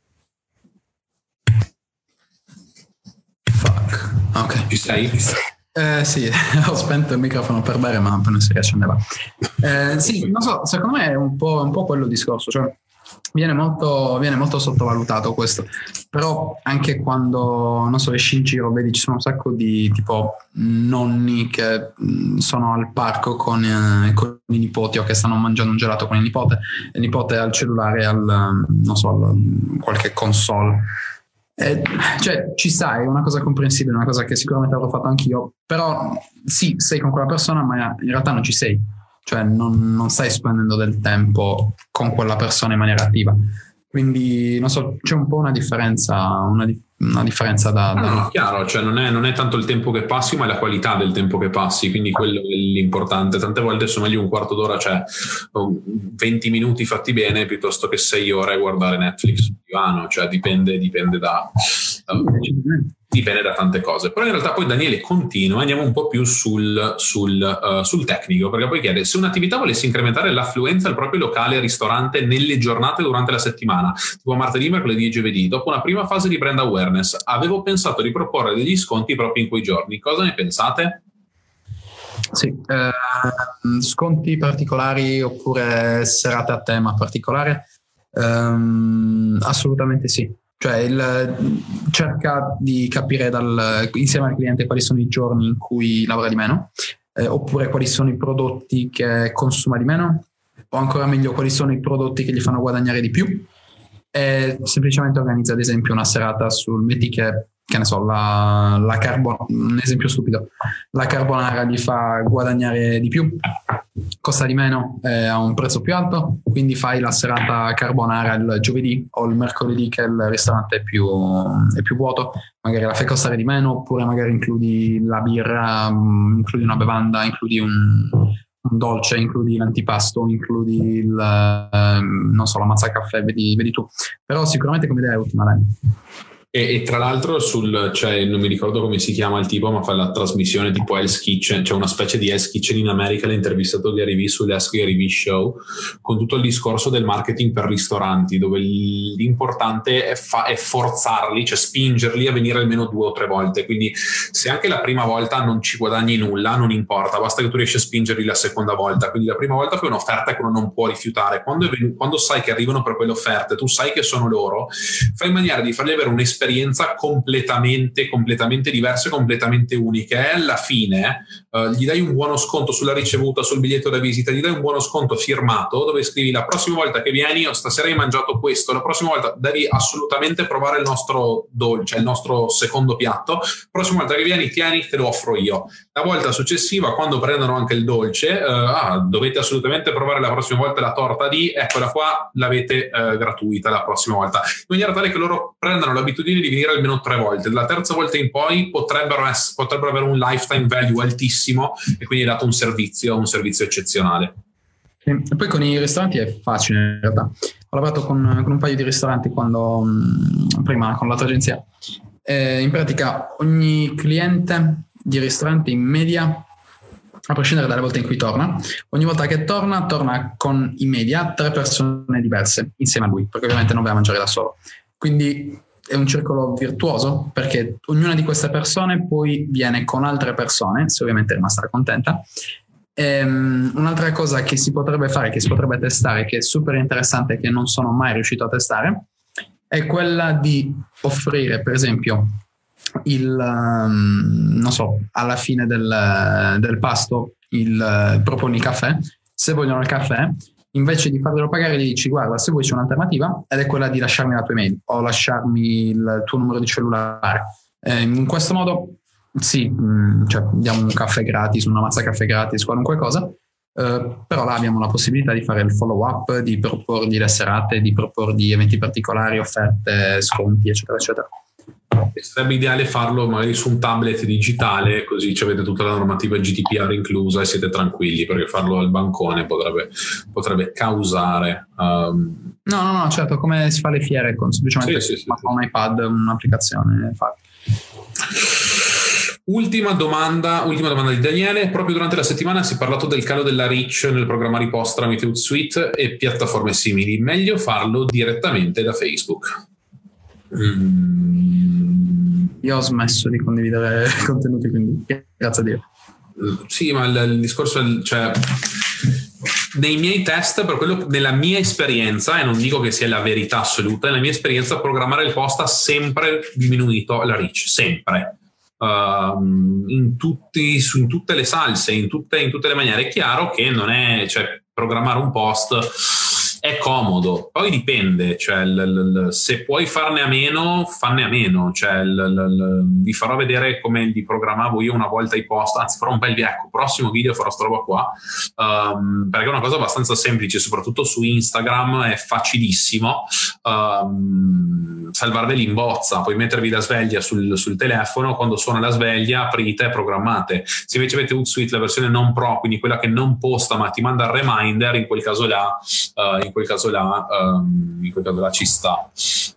Ci sei? Sì, ho spento il microfono per bere, ma appena si riaccendeva. Sì, non so, secondo me è un po' quello il discorso, cioè viene molto sottovalutato questo, però anche quando, non so, esci in giro, vedi ci sono un sacco di tipo nonni che sono al parco con i nipoti o che stanno mangiando un gelato con il nipote al cellulare, non so, qualche console. Cioè ci sta, è una cosa comprensibile, una cosa che sicuramente avrò fatto anch'io, però sì, sei con quella persona ma in realtà non ci sei, cioè non stai spendendo del tempo con quella persona in maniera attiva, quindi non so, c'è un po' una differenza No, chiaro, cioè non è tanto il tempo che passi ma è la qualità del tempo che passi, quindi quello è l'importante. Tante volte sono meglio un quarto d'ora, cioè 20 minuti fatti bene piuttosto che 6 ore a guardare Netflix sul divano, cioè dipende da tante cose. Però in realtà poi Daniele continua, andiamo un po' più sul tecnico, perché poi chiede: se un'attività volesse incrementare l'affluenza al proprio locale ristorante nelle giornate durante la settimana, tipo martedì, mercoledì e giovedì, dopo una prima fase di brand awareness, avevo pensato di proporre degli sconti proprio in quei giorni. Cosa ne pensate? Sì, sconti particolari oppure serate a tema particolare? Assolutamente sì. Cioè cerca di capire insieme al cliente quali sono i giorni in cui lavora di meno, oppure quali sono i prodotti che consuma di meno, o ancora meglio quali sono i prodotti che gli fanno guadagnare di più, e semplicemente organizza ad esempio una serata metti che ne so, un esempio stupido, la carbonara gli fa guadagnare di più, costa di meno, ha un prezzo più alto, quindi fai la serata carbonara il giovedì o il mercoledì che il ristorante è più vuoto, magari la fai costare di meno, oppure magari includi la birra, includi una bevanda, includi un dolce, includi l'antipasto, includi non so, la mazza caffè, vedi tu, però sicuramente come idea è ottima, dai. E tra l'altro cioè, non mi ricordo come si chiama il tipo, ma fa la trasmissione tipo Hell's Kitchen, cioè una specie di Hell's Kitchen in America. L'ha intervistato Gary Vee sull'Ask Gary Vee Show, con tutto il discorso del marketing per ristoranti, dove l'importante è forzarli, cioè spingerli a venire almeno 2 o 3 volte. Quindi se anche la prima volta non ci guadagni nulla, non importa, basta che tu riesci a spingerli la seconda volta. Quindi la prima volta fai un'offerta che uno non può rifiutare. Quando sai che arrivano per quelle offerte, tu sai che sono loro, fai in maniera di fargli avere un'esperienza completamente diverse, completamente uniche, e alla fine gli dai un buono sconto sulla ricevuta, sul biglietto da visita, gli dai un buono sconto firmato dove scrivi: la prossima volta che vieni, stasera hai mangiato questo, la prossima volta devi assolutamente provare il nostro dolce, il nostro secondo piatto, la prossima volta che vieni tieni, te lo offro io. La volta successiva, quando prendono anche il dolce, dovete assolutamente provare la prossima volta la torta eccola qua, l'avete gratuita la prossima volta, in maniera tale che loro prendano l'abitudine di venire almeno 3 volte. La terza volta in poi potrebbero avere un lifetime value altissimo, e quindi è dato un servizio eccezionale. E poi con i ristoranti è facile in realtà. Ho lavorato con un paio di ristoranti prima con l'altra agenzia. In pratica ogni cliente di ristorante in media, a prescindere dalle volte in cui torna, ogni volta che torna con in media 3 persone diverse insieme a lui, perché ovviamente non va a mangiare da solo. Quindi è un circolo virtuoso, perché ognuna di queste persone poi viene con altre persone, se ovviamente è rimasta contenta. Un'altra cosa che si potrebbe fare, che si potrebbe testare, che è super interessante, che non sono mai riuscito a testare, è quella di offrire, per esempio, non so, alla fine del pasto proponi il caffè. Se vogliono il caffè, invece di farglielo pagare, gli dici: guarda, se vuoi c'è un'alternativa, ed è quella di lasciarmi la tua email o lasciarmi il tuo numero di cellulare. In questo modo sì, cioè diamo un caffè gratis, una mazza caffè gratis, qualunque cosa, però là abbiamo la possibilità di fare il follow up, di proporgli le serate, di proporgli eventi particolari, offerte, sconti, eccetera eccetera. Sarebbe ideale farlo magari su un tablet digitale, così avete tutta la normativa GDPR inclusa e siete tranquilli, perché farlo al bancone potrebbe causare No, certo, come si fa le fiere, con semplicemente un iPad, un'applicazione. Ultima domanda di Daniele. Proprio durante la settimana si è parlato del calo della reach nel programma riposta tramite Hootsuite e piattaforme simili. Meglio farlo direttamente da Facebook? io ho smesso di condividere contenuti, quindi grazie a Dio. Sì, ma il discorso è, cioè, nei miei test, per quello, nella mia esperienza, e non dico che sia la verità assoluta, nella mia esperienza programmare il post ha sempre diminuito la reach, sempre. In tutte le salse, in tutte le maniere. È chiaro che non è, cioè, programmare un post è comodo, poi dipende, cioè se puoi farne a meno, fanne a meno, cioè vi farò vedere come li programmavo io una volta i post, anzi farò un bel ecco, prossimo video farò sta roba qua, perché è una cosa abbastanza semplice, soprattutto su Instagram è facilissimo salvarveli in bozza, puoi mettervi la sveglia sul telefono, quando suona la sveglia aprite e programmate. Se invece avete Hootsuite la versione non pro, quindi quella che non posta ma ti manda il reminder, in quel caso là ci sta.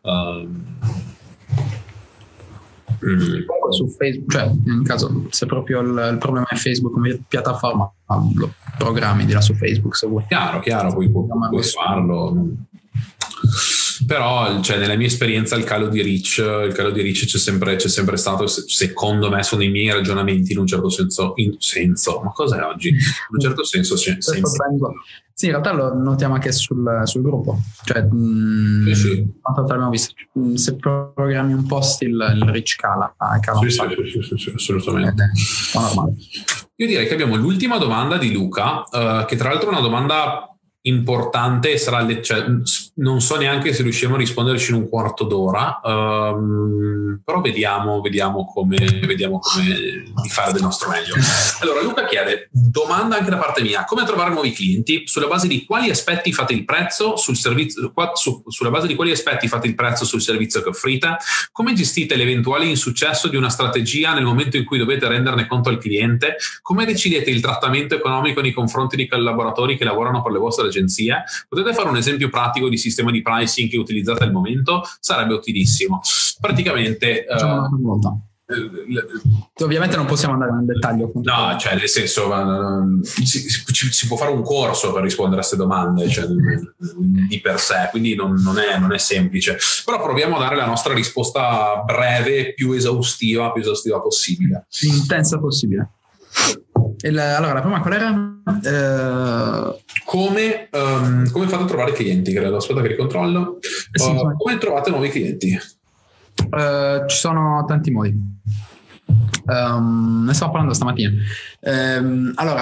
Su Facebook, cioè in caso se proprio il problema è Facebook come piattaforma, lo programmi di là su Facebook se vuoi. Chiaro, puoi farlo. Però, cioè, nella mia esperienza il calo di reach c'è sempre stato, secondo me sono i miei ragionamenti in un certo senso, ma cos'è oggi? In un certo senso sì, in realtà lo notiamo anche sul gruppo, cioè sì. Quanto abbiamo visto, se programmi un post il reach cala sì, assolutamente. È normale. Io direi che abbiamo l'ultima domanda di Luca, che tra l'altro è una domanda importante, sarà cioè, non so neanche se riusciamo a risponderci in un quarto d'ora, però vediamo come di fare del nostro meglio. Allora Luca chiede, domanda anche da parte mia, come trovare nuovi clienti, sulla base di quali aspetti fate il prezzo sul servizio, sulla base di quali aspetti fate il prezzo sul servizio che offrite, come gestite l'eventuale insuccesso di una strategia nel momento in cui dovete renderne conto al cliente, come decidete il trattamento economico nei confronti di collaboratori che lavorano per le vostre agenzie, potete fare un esempio pratico di sistema di pricing che utilizzate al momento? Sarebbe utilissimo. Praticamente ovviamente non possiamo andare nel dettaglio, no, cioè nel senso si può fare un corso per rispondere a queste domande, cioè, di per sé, quindi non è semplice, però proviamo a dare la nostra risposta breve, più esaustiva possibile, intensa possibile. Allora la prima qual era? Come fate a trovare clienti? Credo. Aspetta che ricontrollo. Come trovate nuovi clienti? Ci sono tanti modi. Ne stavo parlando stamattina. Allora,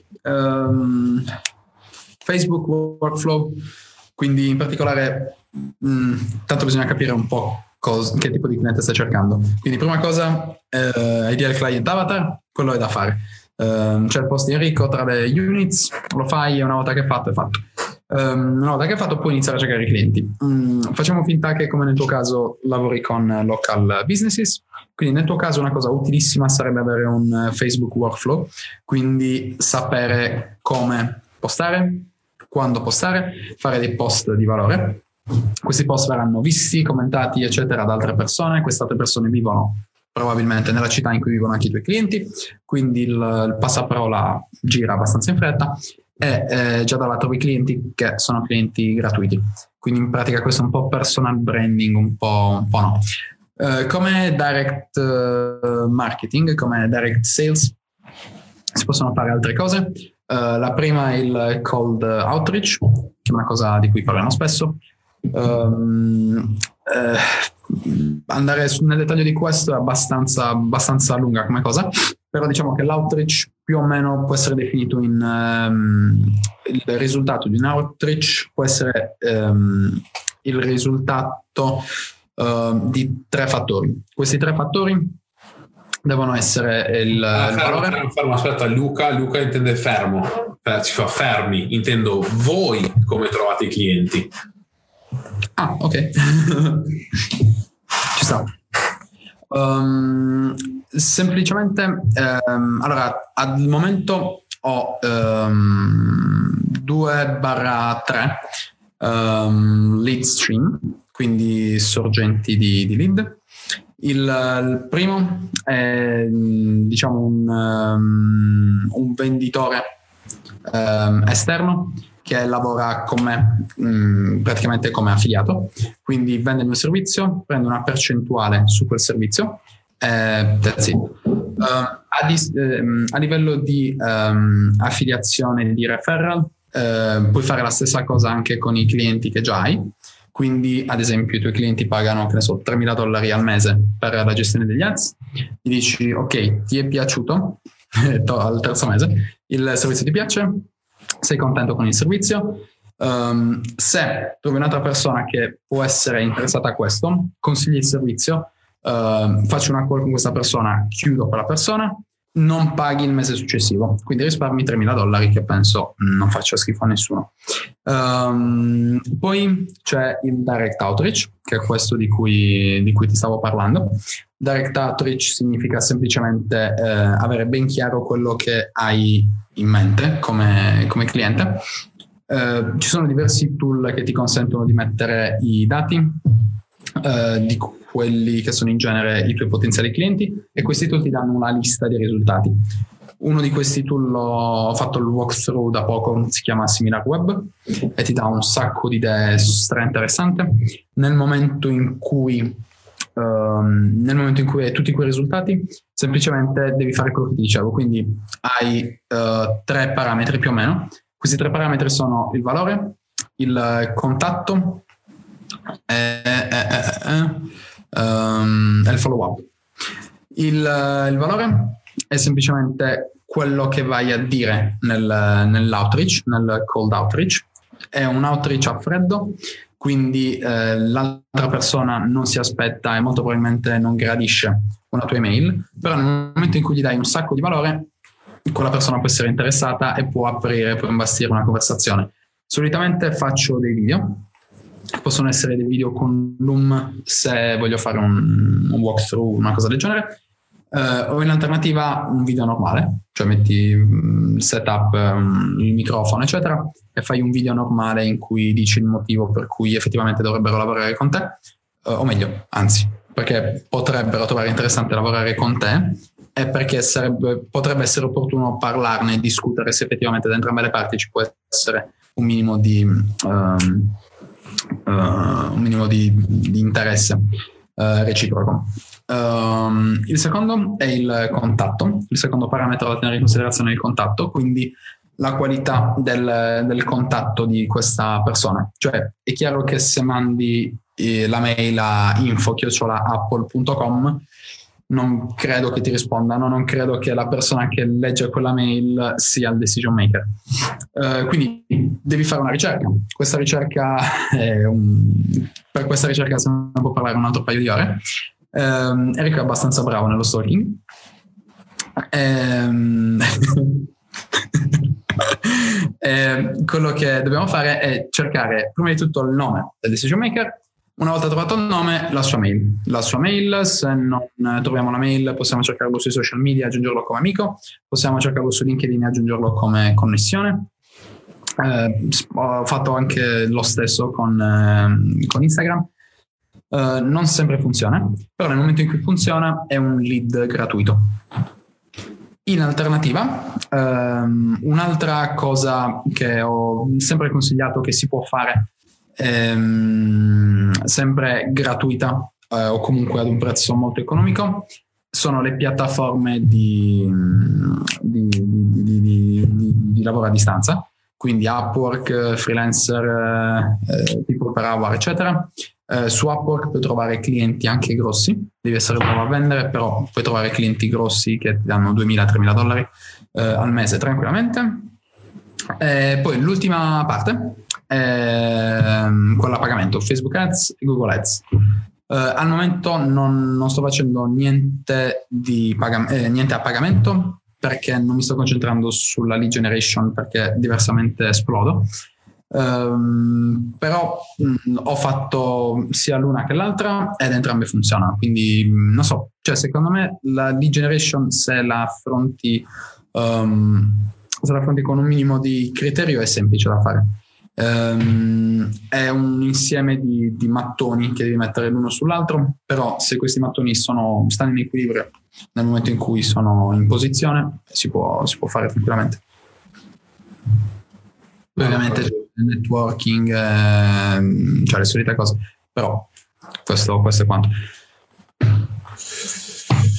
Facebook Workflow, quindi in particolare tanto bisogna capire un po' che tipo di cliente stai cercando. Quindi prima cosa, ideal client avatar, quello è da fare. C'è il post di Enrico tra le units, lo fai, una volta che è fatto è fatto. Una volta che è fatto puoi iniziare a cercare i clienti. Facciamo finta che come nel tuo caso lavori con local businesses, quindi nel tuo caso una cosa utilissima sarebbe avere un Facebook workflow, quindi sapere come postare, quando postare, fare dei post di valore. Questi post verranno visti, commentati eccetera da altre persone, queste altre persone vivono probabilmente nella città in cui vivono anche i tuoi clienti, quindi il passaparola gira abbastanza in fretta e già da là trovi clienti che sono clienti gratuiti, quindi in pratica questo è un po' personal branding, un po' no. Come direct marketing, come direct sales si possono fare altre cose. La prima è il cold outreach, che è una cosa di cui parliamo spesso. Andare nel dettaglio di questo è abbastanza lunga come cosa, però diciamo che l'outreach più o meno può essere definito in il risultato di un outreach può essere il risultato di 3 fattori. Questi 3 fattori devono essere il valore. Aspetta, Luca intende fermo, si fa fermi, intendo voi come trovate i clienti. Ah, ok. Ci sta. Semplicemente allora al momento ho 2/3 lead stream, quindi sorgenti di lead. Il primo è diciamo un venditore esterno che lavora con me praticamente come affiliato, quindi vende il mio servizio, prende una percentuale su quel servizio That's it. A livello di affiliazione di referral, puoi fare la stessa cosa anche con i clienti che già hai. Quindi, ad esempio, i tuoi clienti pagano, che ne so, $3.000 al mese per la gestione degli ads. Gli dici, ok, ti è piaciuto al terzo mese, il servizio ti piace, sei contento con il servizio. Se trovi un'altra persona che può essere interessata a questo, consigli il servizio, faccio una call con questa persona, chiudo quella persona, non paghi il mese successivo, quindi risparmi $3.000 che penso non faccia schifo a nessuno. Poi c'è il direct outreach, che è questo di cui ti stavo parlando. Direct outreach significa semplicemente avere ben chiaro quello che hai in mente come cliente. Ci sono diversi tool che ti consentono di mettere i dati di quelli che sono in genere i tuoi potenziali clienti, e questi tool ti danno una lista di risultati. Uno di questi tool ho fatto il walkthrough da poco, si chiama SimilarWeb e ti dà un sacco di idee interessanti. Nel momento in cui hai tutti quei risultati, semplicemente devi fare quello che ti dicevo, quindi hai 3 parametri più o meno. Questi 3 parametri sono il valore, il contatto e il follow up. Il valore è semplicemente quello che vai a dire nell'outreach, nel cold outreach. È un outreach a freddo, quindi l'altra persona non si aspetta e molto probabilmente non gradisce una tua email, però nel momento in cui gli dai un sacco di valore, quella persona può essere interessata e può imbastire una conversazione. Solitamente faccio dei video. Possono essere dei video con Loom se voglio fare un walkthrough, una cosa del genere, o in alternativa un video normale, cioè metti il setup, il microfono eccetera, e fai un video normale in cui dici il motivo per cui effettivamente dovrebbero lavorare con te, o meglio, anzi, perché potrebbero trovare interessante lavorare con te e perché potrebbe essere opportuno parlarne e discutere se effettivamente da entrambe le parti ci può essere un minimo di interesse reciproco. Il secondo è il contatto. Il secondo parametro da tenere in considerazione è il contatto, quindi la qualità del contatto di questa persona. Cioè, è chiaro che se mandi la mail a info@apple.com non credo che ti rispondano, non credo che la persona che legge quella mail sia il decision maker. Quindi devi fare una ricerca. Questa ricerca per questa ricerca se ne può parlare un altro paio di ore. Enrico è abbastanza bravo nello stalking. Quello che dobbiamo fare è cercare prima di tutto il nome del decision maker. Una volta trovato il nome, la sua mail. Se non troviamo la mail, possiamo cercarlo sui social media e aggiungerlo come amico, possiamo cercarlo su LinkedIn e aggiungerlo come connessione. Ho fatto anche lo stesso con Instagram. Non sempre funziona, però nel momento in cui funziona è un lead gratuito. In alternativa, un'altra cosa che ho sempre consigliato che si può fare, sempre gratuita o comunque ad un prezzo molto economico, sono le piattaforme di lavoro a distanza, quindi Upwork, Freelancer, People per Hour eccetera. Su Upwork puoi trovare clienti anche grossi, devi essere bravo a vendere, però puoi trovare clienti grossi che ti danno $2.000-3.000 al mese tranquillamente. Poi l'ultima parte è quella a pagamento, Facebook Ads e Google Ads. Al momento non sto facendo niente a pagamento perché non mi sto concentrando sulla lead generation, perché diversamente esplodo. Però ho fatto sia l'una che l'altra ed entrambe funzionano, quindi non so, cioè secondo me la lead generation se la affronti con un minimo di criterio è semplice da fare. È un insieme di mattoni che devi mettere l'uno sull'altro, però se questi mattoni stanno in equilibrio nel momento in cui sono in posizione si può fare tranquillamente. Ovviamente c'è il networking, cioè le solite cose, però questo è quanto.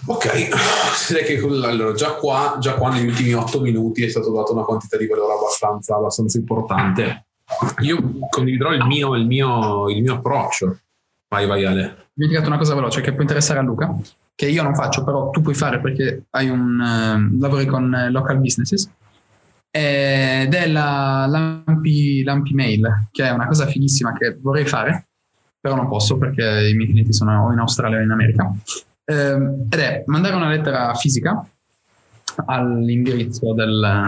Ok, direi che allora, già qua negli ultimi 8 minuti è stato dato una quantità di valore abbastanza importante. Io condividerò il mio approccio. Vai Ale. Mi ho dimenticato una cosa veloce che può interessare a Luca, che io non faccio, però tu puoi fare perché hai lavori con local businesses, ed è l'Ampi Mail, che è una cosa fighissima che vorrei fare, però non posso perché i miei clienti sono o in Australia o in America. Ed è mandare una lettera fisica all'indirizzo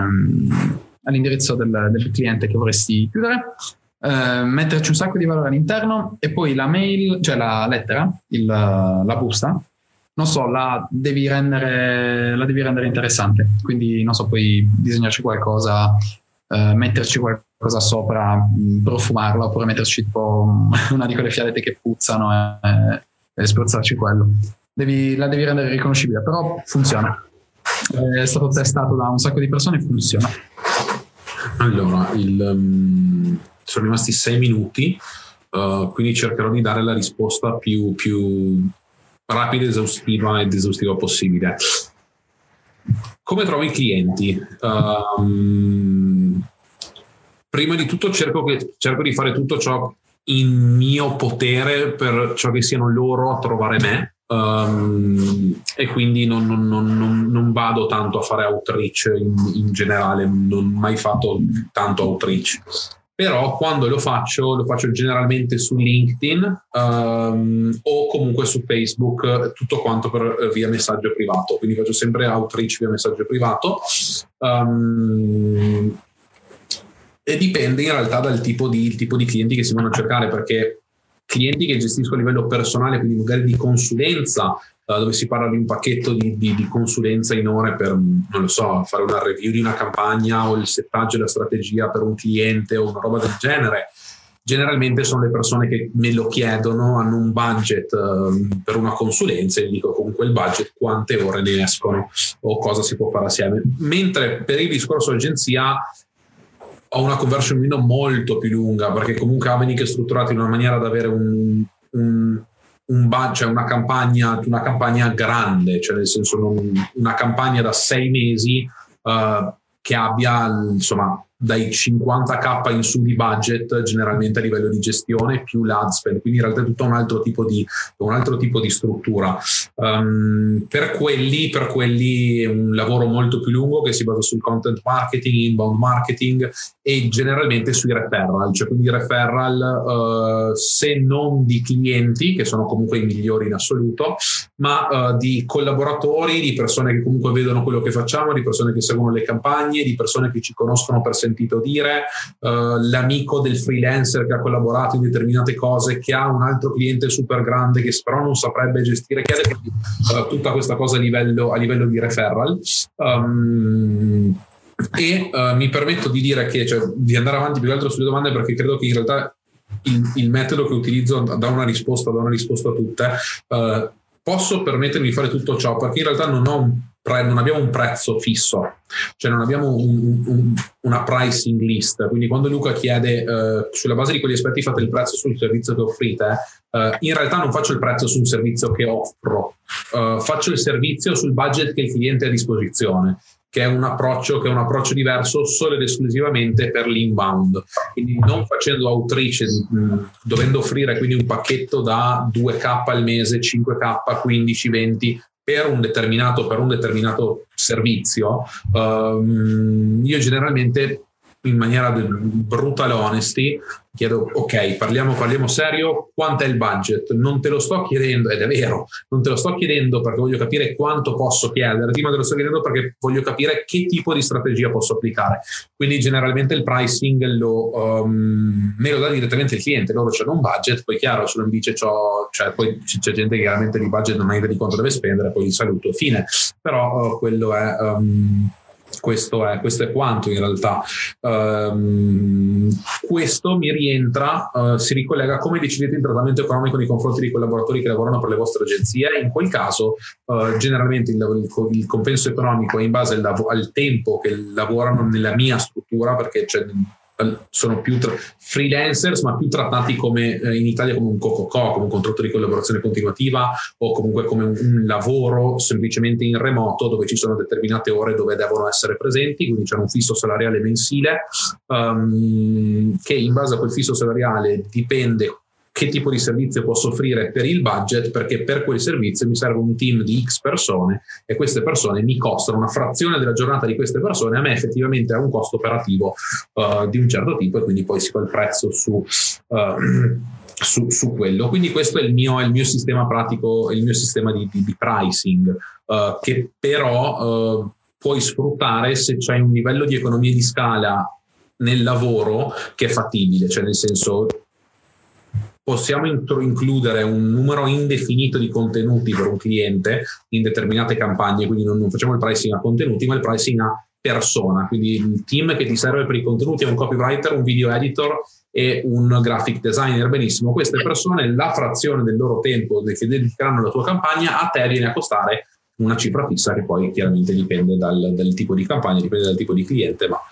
del cliente che vorresti chiudere, metterci un sacco di valore all'interno, e poi la mail, cioè la lettera, la busta, non so, la devi rendere interessante. Quindi non so, puoi disegnarci qualcosa, metterci qualcosa sopra, profumarla, oppure metterci tipo una di quelle fialette che puzzano e spruzzarci quello. La devi rendere riconoscibile, però funziona. È stato testato da un sacco di persone e funziona. Allora, sono rimasti 6 minuti, quindi cercherò di dare la risposta più rapida, esaustiva ed esaustiva possibile. Come trovo i clienti? Prima di tutto cerco di fare tutto ciò in mio potere per ciò che siano loro a trovare me. E quindi non vado tanto a fare outreach in generale, non ho mai fatto tanto outreach, però quando lo faccio generalmente su LinkedIn o comunque su Facebook, tutto quanto via messaggio privato, quindi faccio sempre outreach via messaggio privato, e dipende in realtà dal tipo di clienti che si vanno a cercare, perché clienti che gestisco a livello personale, quindi magari di consulenza, dove si parla di un pacchetto di consulenza in ore per, non lo so, fare una review di una campagna o il settaggio e la strategia per un cliente o una roba del genere, generalmente sono le persone che me lo chiedono, hanno un budget per una consulenza, e gli dico con quel budget quante ore ne escono o cosa si può fare assieme. Mentre per il discorso agenzia ho una conversion window molto più lunga, perché comunque Avening è strutturato in una maniera da avere un budget, cioè una campagna grande, cioè nel senso una campagna da 6 mesi che abbia insomma dai 50k in su di budget generalmente a livello di gestione più l'ad spend, quindi in realtà è tutto un altro tipo di struttura. Per quelli è un lavoro molto più lungo che si basa sul content marketing, inbound marketing e generalmente sui referral, cioè quindi referral se non di clienti, che sono comunque i migliori in assoluto, ma di collaboratori, di persone che comunque vedono quello che facciamo, di persone che seguono le campagne, di persone che ci conoscono per sentito dire, l'amico del freelancer che ha collaborato in determinate cose, che ha un altro cliente super grande che però non saprebbe gestire, chiede tutta questa cosa a livello di referral. Mi permetto di dire che, cioè, di andare avanti più che altro sulle domande, perché credo che in realtà il metodo che utilizzo dà una risposta a tutte. Posso permettermi di fare tutto ciò perché in realtà non abbiamo un prezzo fisso, cioè non abbiamo una pricing list, quindi quando Luca chiede sulla base di quegli aspetti fate il prezzo sul servizio che offrite, in realtà non faccio il prezzo su un servizio che offro, faccio il servizio sul budget che il cliente ha a disposizione, che è un approccio diverso solo ed esclusivamente per l'inbound, quindi non facendo outreach, dovendo offrire quindi un pacchetto da 2k al mese, 5k, 15, 20 per un determinato servizio. Io generalmente, in maniera brutal honesty, chiedo ok, parliamo serio, quanto è il budget? Non te lo sto chiedendo, ed è vero, non te lo sto chiedendo perché voglio capire quanto posso chiederti, ma te lo sto chiedendo perché voglio capire che tipo di strategia posso applicare. Quindi generalmente il pricing me lo dà direttamente il cliente, loro c'hanno un budget, poi chiaro, se non dice cioè poi c'è gente che chiaramente di budget non ha idea di quanto deve spendere, poi li saluto, fine. Però quello è... Questo è quanto in realtà. Questo mi rientra, si ricollega a come decidete il trattamento economico nei confronti dei collaboratori che lavorano per le vostre agenzie. In quel caso generalmente il compenso economico è in base al tempo che lavorano nella mia struttura, perché sono più freelancers, ma più trattati come in Italia come un co-co-co, come un contratto di collaborazione continuativa o comunque come un lavoro semplicemente in remoto dove ci sono determinate ore dove devono essere presenti, quindi c'è un fisso salariale mensile che in base a quel fisso salariale dipende che tipo di servizio posso offrire per il budget, perché per quel servizio mi serve un team di X persone e queste persone mi costano una frazione della giornata di queste persone, a me effettivamente ha un costo operativo di un certo tipo e quindi poi si fa il prezzo su quello. Quindi questo è il mio sistema pratico, il mio sistema di pricing che però puoi sfruttare se c'hai un livello di economia di scala nel lavoro che è fattibile, cioè nel senso possiamo includere un numero indefinito di contenuti per un cliente in determinate campagne, quindi non facciamo il pricing a contenuti ma il pricing a persona, quindi il team che ti serve per i contenuti è un copywriter, un video editor e un graphic designer. Benissimo, queste persone, la frazione del loro tempo che dedicheranno alla tua campagna a te viene a costare una cifra fissa che poi chiaramente dipende dal tipo di campagna, dipende dal tipo di cliente, ma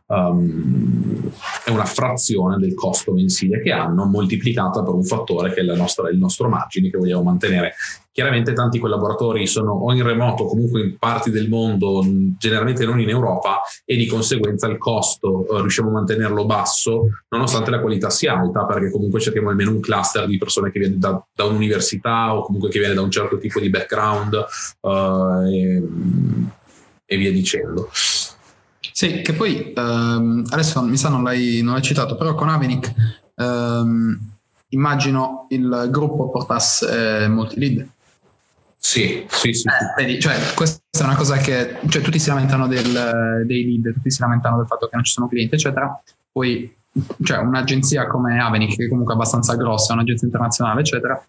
è una frazione del costo mensile che hanno moltiplicata per un fattore che è il nostro margine che vogliamo mantenere. Chiaramente tanti collaboratori sono o in remoto o comunque in parti del mondo, generalmente non in Europa, e di conseguenza il costo riusciamo a mantenerlo basso nonostante la qualità sia alta, perché comunque cerchiamo almeno un cluster di persone che viene da un'università o comunque che viene da un certo tipo di background e via dicendo. Sì, che poi adesso mi sa non l'hai citato, però con Avenic immagino il gruppo portasse molti lead. Sì. Vedi, cioè, questa è una cosa che tutti si lamentano dei lead, tutti si lamentano del fatto che non ci sono clienti, eccetera. Poi un'agenzia come Avenic, che comunque è abbastanza grossa, un'agenzia internazionale, eccetera,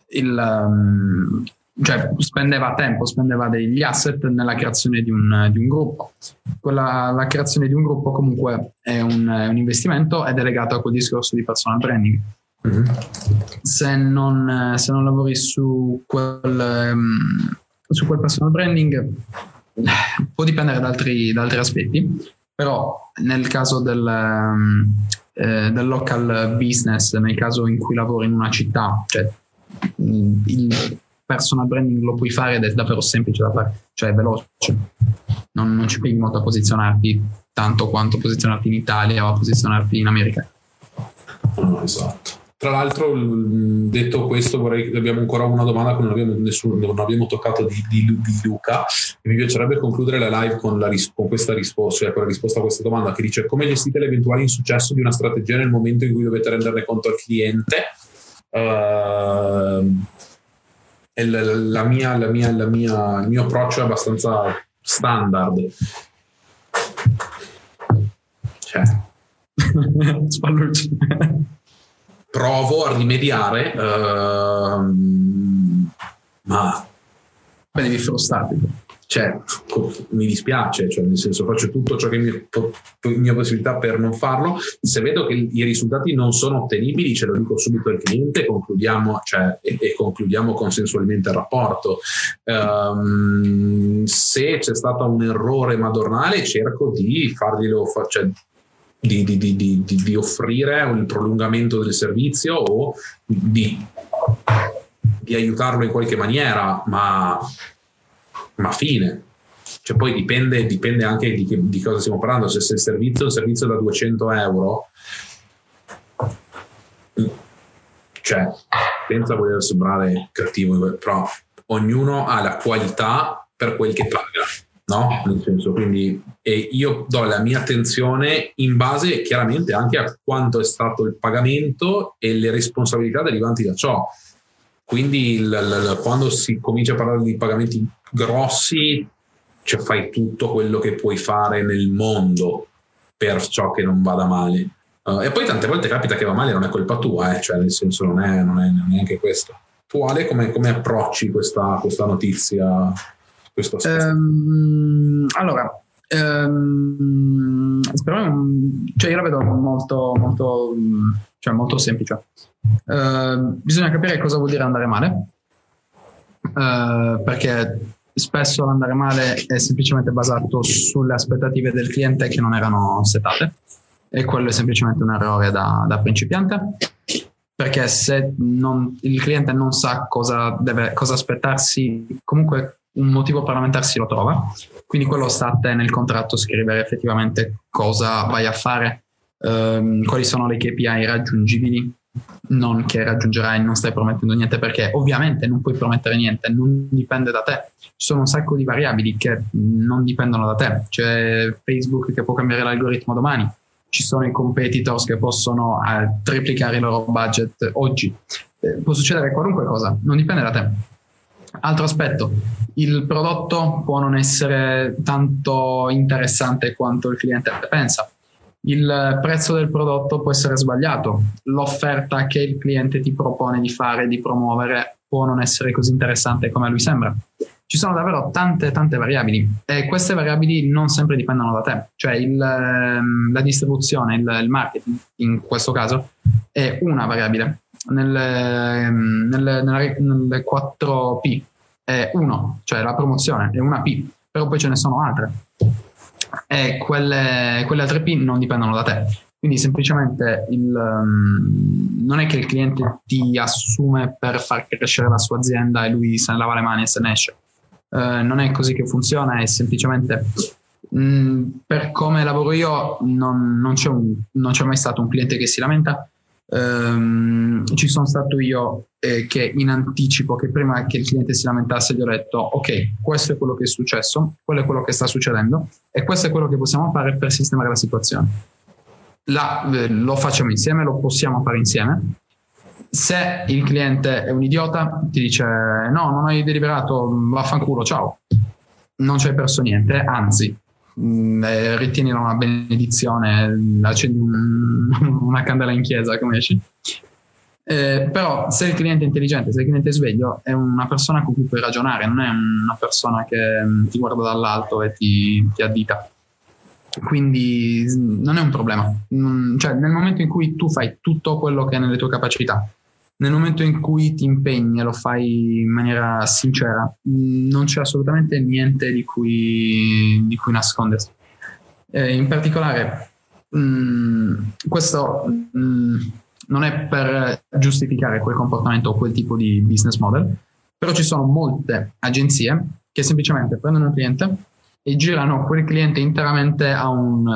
spendeva tempo, spendeva degli asset nella creazione di un gruppo. La creazione di un gruppo comunque è un investimento ed è legato a quel discorso di personal branding. Mm-hmm. Se non lavori su quel personal branding può dipendere da altri aspetti, però nel caso del local business, nel caso in cui lavori in una città, cioè il personal branding lo puoi fare ed è davvero semplice da fare, cioè è veloce, non ci pieghi molto a posizionarti tanto quanto posizionarti in Italia o a posizionarti in America. Esatto. Tra l'altro, detto questo, abbiamo ancora una domanda che non abbiamo toccato di Luca, e mi piacerebbe concludere la live con questa risposta, cioè con la risposta a questa domanda, che dice: come gestite l'eventuale insuccesso di una strategia nel momento in cui dovete renderne conto al cliente? Il mio approccio è abbastanza standard, cioè spallucci. Provo a rimediare, ma devi frustarti. Cioè, mi dispiace, cioè nel senso faccio tutto ciò che è mia possibilità per non farlo. Se vedo che i risultati non sono ottenibili, ce lo dico subito al cliente, concludiamo consensualmente il rapporto. Se c'è stato un errore madornale, cerco di farglielo, cioè di offrire un prolungamento del servizio o di aiutarlo in qualche maniera, ma fine. Cioè poi dipende anche di cosa stiamo parlando. Se il servizio è un servizio da 200 euro, cioè senza voler sembrare cattivo, però ognuno ha la qualità per quel che paga, no? Nel senso, quindi io do la mia attenzione in base chiaramente anche a quanto è stato il pagamento e le responsabilità derivanti da ciò. Quindi quando si comincia a parlare di pagamenti grossi, cioè fai tutto quello che puoi fare nel mondo per ciò che non vada male. E poi tante volte capita che va male, non è colpa tua, cioè nel senso non è neanche questo. Tu Ale, come approcci questa notizia? Questo allora, cioè io la vedo molto semplice. Bisogna capire cosa vuol dire andare male, perché spesso l'andare male è semplicemente basato sulle aspettative del cliente che non erano setate, e quello è semplicemente un errore da principiante, perché se il cliente non sa cosa aspettarsi, comunque un motivo per lamentarsi lo trova, quindi quello sta a te nel contratto scrivere effettivamente cosa vai a fare, quali sono le KPI raggiungibili, non che raggiungerai, non stai promettendo niente, perché ovviamente non puoi promettere niente, non dipende da te, ci sono un sacco di variabili che non dipendono da te, c'è Facebook che può cambiare l'algoritmo domani, ci sono i competitors che possono triplicare il loro budget oggi, può succedere qualunque cosa, non dipende da te. Altro aspetto, il prodotto può non essere tanto interessante quanto il cliente pensa, il prezzo del prodotto può essere sbagliato, l'offerta che il cliente ti propone di fare, di promuovere, può non essere così interessante come a lui sembra. Ci sono davvero tante variabili e queste variabili non sempre dipendono da te, cioè la distribuzione, il marketing in questo caso è una variabile. Nelle 4P è 1, cioè la promozione è una P, però poi ce ne sono altre e quelle altre P non dipendono da te. Quindi semplicemente non è che il cliente ti assume per far crescere la sua azienda e lui se ne lava le mani e se ne esce. Non è così che funziona, è semplicemente per come lavoro io non c'è mai stato un cliente che si lamenta. Ci sono stato io che in anticipo, che prima che il cliente si lamentasse gli ho detto ok, questo è quello che è successo, quello è quello che sta succedendo e questo è quello che possiamo fare per sistemare la situazione. Lo facciamo insieme, lo possiamo fare insieme. Se il cliente è un idiota ti dice no, non hai deliberato, vaffanculo, ciao, non ci hai perso niente, anzi ritienilo una benedizione, accendi una candela in chiesa, come dici. Però se il cliente è intelligente, se il cliente è sveglio, è una persona con cui puoi ragionare, non è una persona che ti guarda dall'alto e ti addita. Quindi non è un problema, cioè nel momento in cui tu fai tutto quello che è nelle tue capacità, nel momento in cui ti impegni e lo fai in maniera sincera, non c'è assolutamente niente di cui nascondersi. In particolare questo non è per giustificare quel comportamento o quel tipo di business model, però ci sono molte agenzie che semplicemente prendono un cliente e girano quel cliente interamente a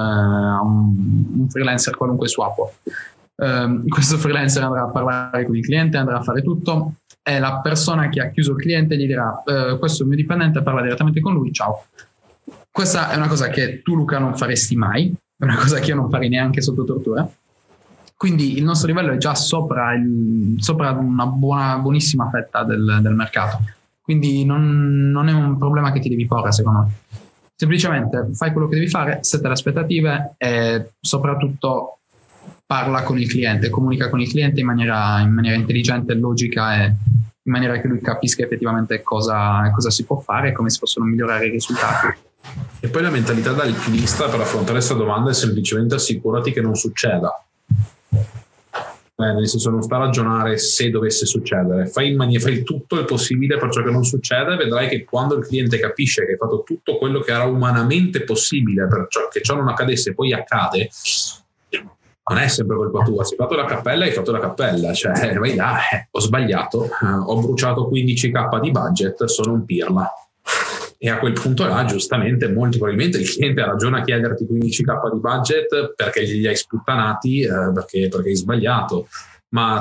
un freelancer qualunque su Upwork. Questo freelancer andrà a parlare con il cliente, andrà a fare tutto e la persona che ha chiuso il cliente gli dirà questo è il mio dipendente, parla direttamente con lui, ciao. Questa è una cosa che tu, Luca, non faresti mai, è una cosa che io non farei neanche sotto tortura. Quindi il nostro livello è già sopra una buonissima fetta del mercato. Quindi non è un problema che ti devi porre, secondo me. Semplicemente fai quello che devi fare, sette le aspettative e soprattutto parla con il cliente, comunica con il cliente in maniera intelligente, logica e in maniera che lui capisca effettivamente cosa si può fare e come si possono migliorare i risultati. E poi la mentalità da alpinista per affrontare questa domanda è semplicemente assicurati che non succeda. Nel senso, non sta a ragionare se dovesse succedere, fai tutto il possibile per ciò che non succede, vedrai che quando il cliente capisce che hai fatto tutto quello che era umanamente possibile per che ciò non accadesse e poi accade, non è sempre colpa tua, se hai fatto la cappella, cioè vai là, ho sbagliato, ho bruciato 15k di budget, sono un pirla. E a quel punto là, giustamente, molto probabilmente il cliente ha ragione a chiederti 15k di budget perché gli hai sputtanati, perché hai sbagliato. Ma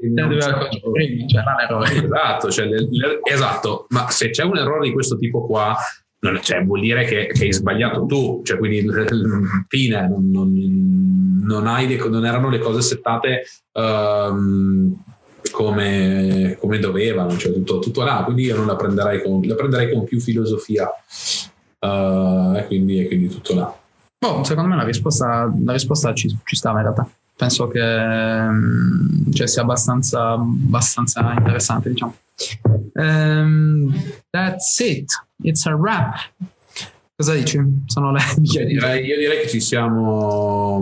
esatto, ma se c'è un errore di questo tipo qua, vuol dire che hai sbagliato tu, cioè quindi fine, non erano le cose settate come dovevano, cioè tutto là, quindi io non la prenderei con più filosofia, e quindi tutto là. Secondo me la risposta ci stava in realtà, penso che sia abbastanza interessante, diciamo. That's it, it's a wrap. Cosa dici? Sono le io direi che ci siamo.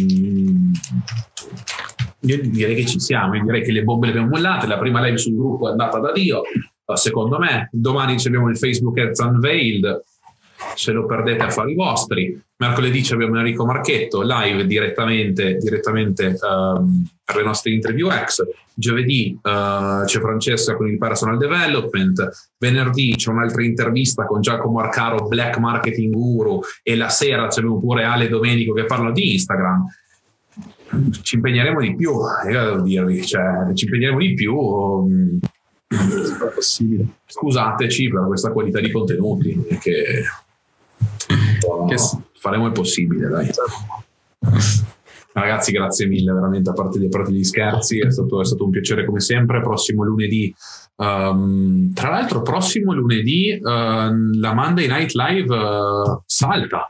Io direi che ci siamo, io direi che le bombe le abbiamo mollate, la prima live sul gruppo è andata da Dio, secondo me. Domani abbiamo il Facebook Ads Unveiled, se lo perdete affari vostri. Mercoledì abbiamo Enrico Marchetto live direttamente per le nostre interview ex. Giovedì c'è Francesca con il personal development. Venerdì c'è un'altra intervista con Giacomo Arcaro, Black Marketing Guru, e la sera c'è pure Ale Domenico che parla di Instagram. Ci impegneremo di più, devo dirvi, ci impegneremo di più. È possibile. Scusateci per questa qualità di contenuti, che faremo il possibile, dai. Ragazzi, grazie mille, veramente, a parte gli scherzi, è stato un piacere come sempre. Prossimo lunedì, tra l'altro prossimo lunedì la Monday Night Live salta.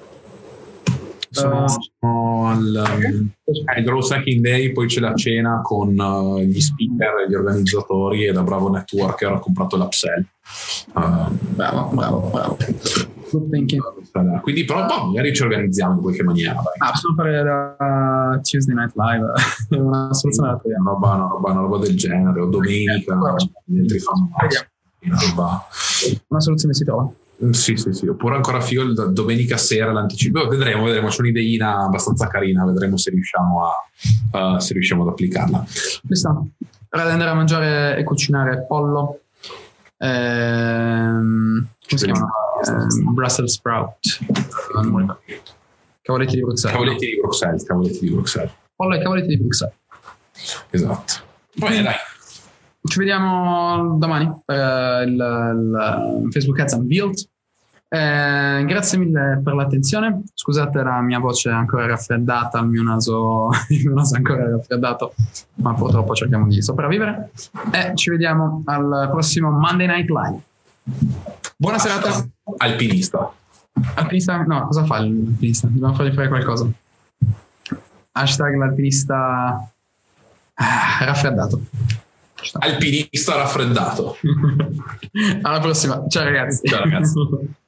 Sono al Growth Hacking Day, poi c'è la cena con gli speaker e gli organizzatori, e da bravo networker ho comprato l'upsell. Bravo. Good thinking. Quindi però magari ci organizziamo in qualche maniera. Possiamo fare la Tuesday Night Live, una soluzione da troviamo. Una roba del genere, o domenica, una soluzione si trova. Sì, oppure ancora figo domenica sera l'anticipo. Vedremo, c'è un'ideina abbastanza carina, vedremo se riusciamo ad applicarla. Questa ora di andare a mangiare e cucinare pollo, come si chiama? Brussels sprout, cavoletti di Bruxelles. Pollo e cavoletti di Bruxelles. Esatto. Bene, dai. Ci vediamo domani per il Facebook Ads Unveiled. Grazie mille per l'attenzione. Scusate la mia voce ancora raffreddata, il mio naso ancora raffreddato, ma purtroppo cerchiamo di sopravvivere. E ci vediamo al prossimo Monday Night Live. Buona serata. Alpinista? No, cosa fa l'alpinista? Dobbiamo fargli fare qualcosa. #l'alpinista raffreddato. Alpinista raffreddato. Alla prossima. Ciao ragazzi. Ciao ragazzi.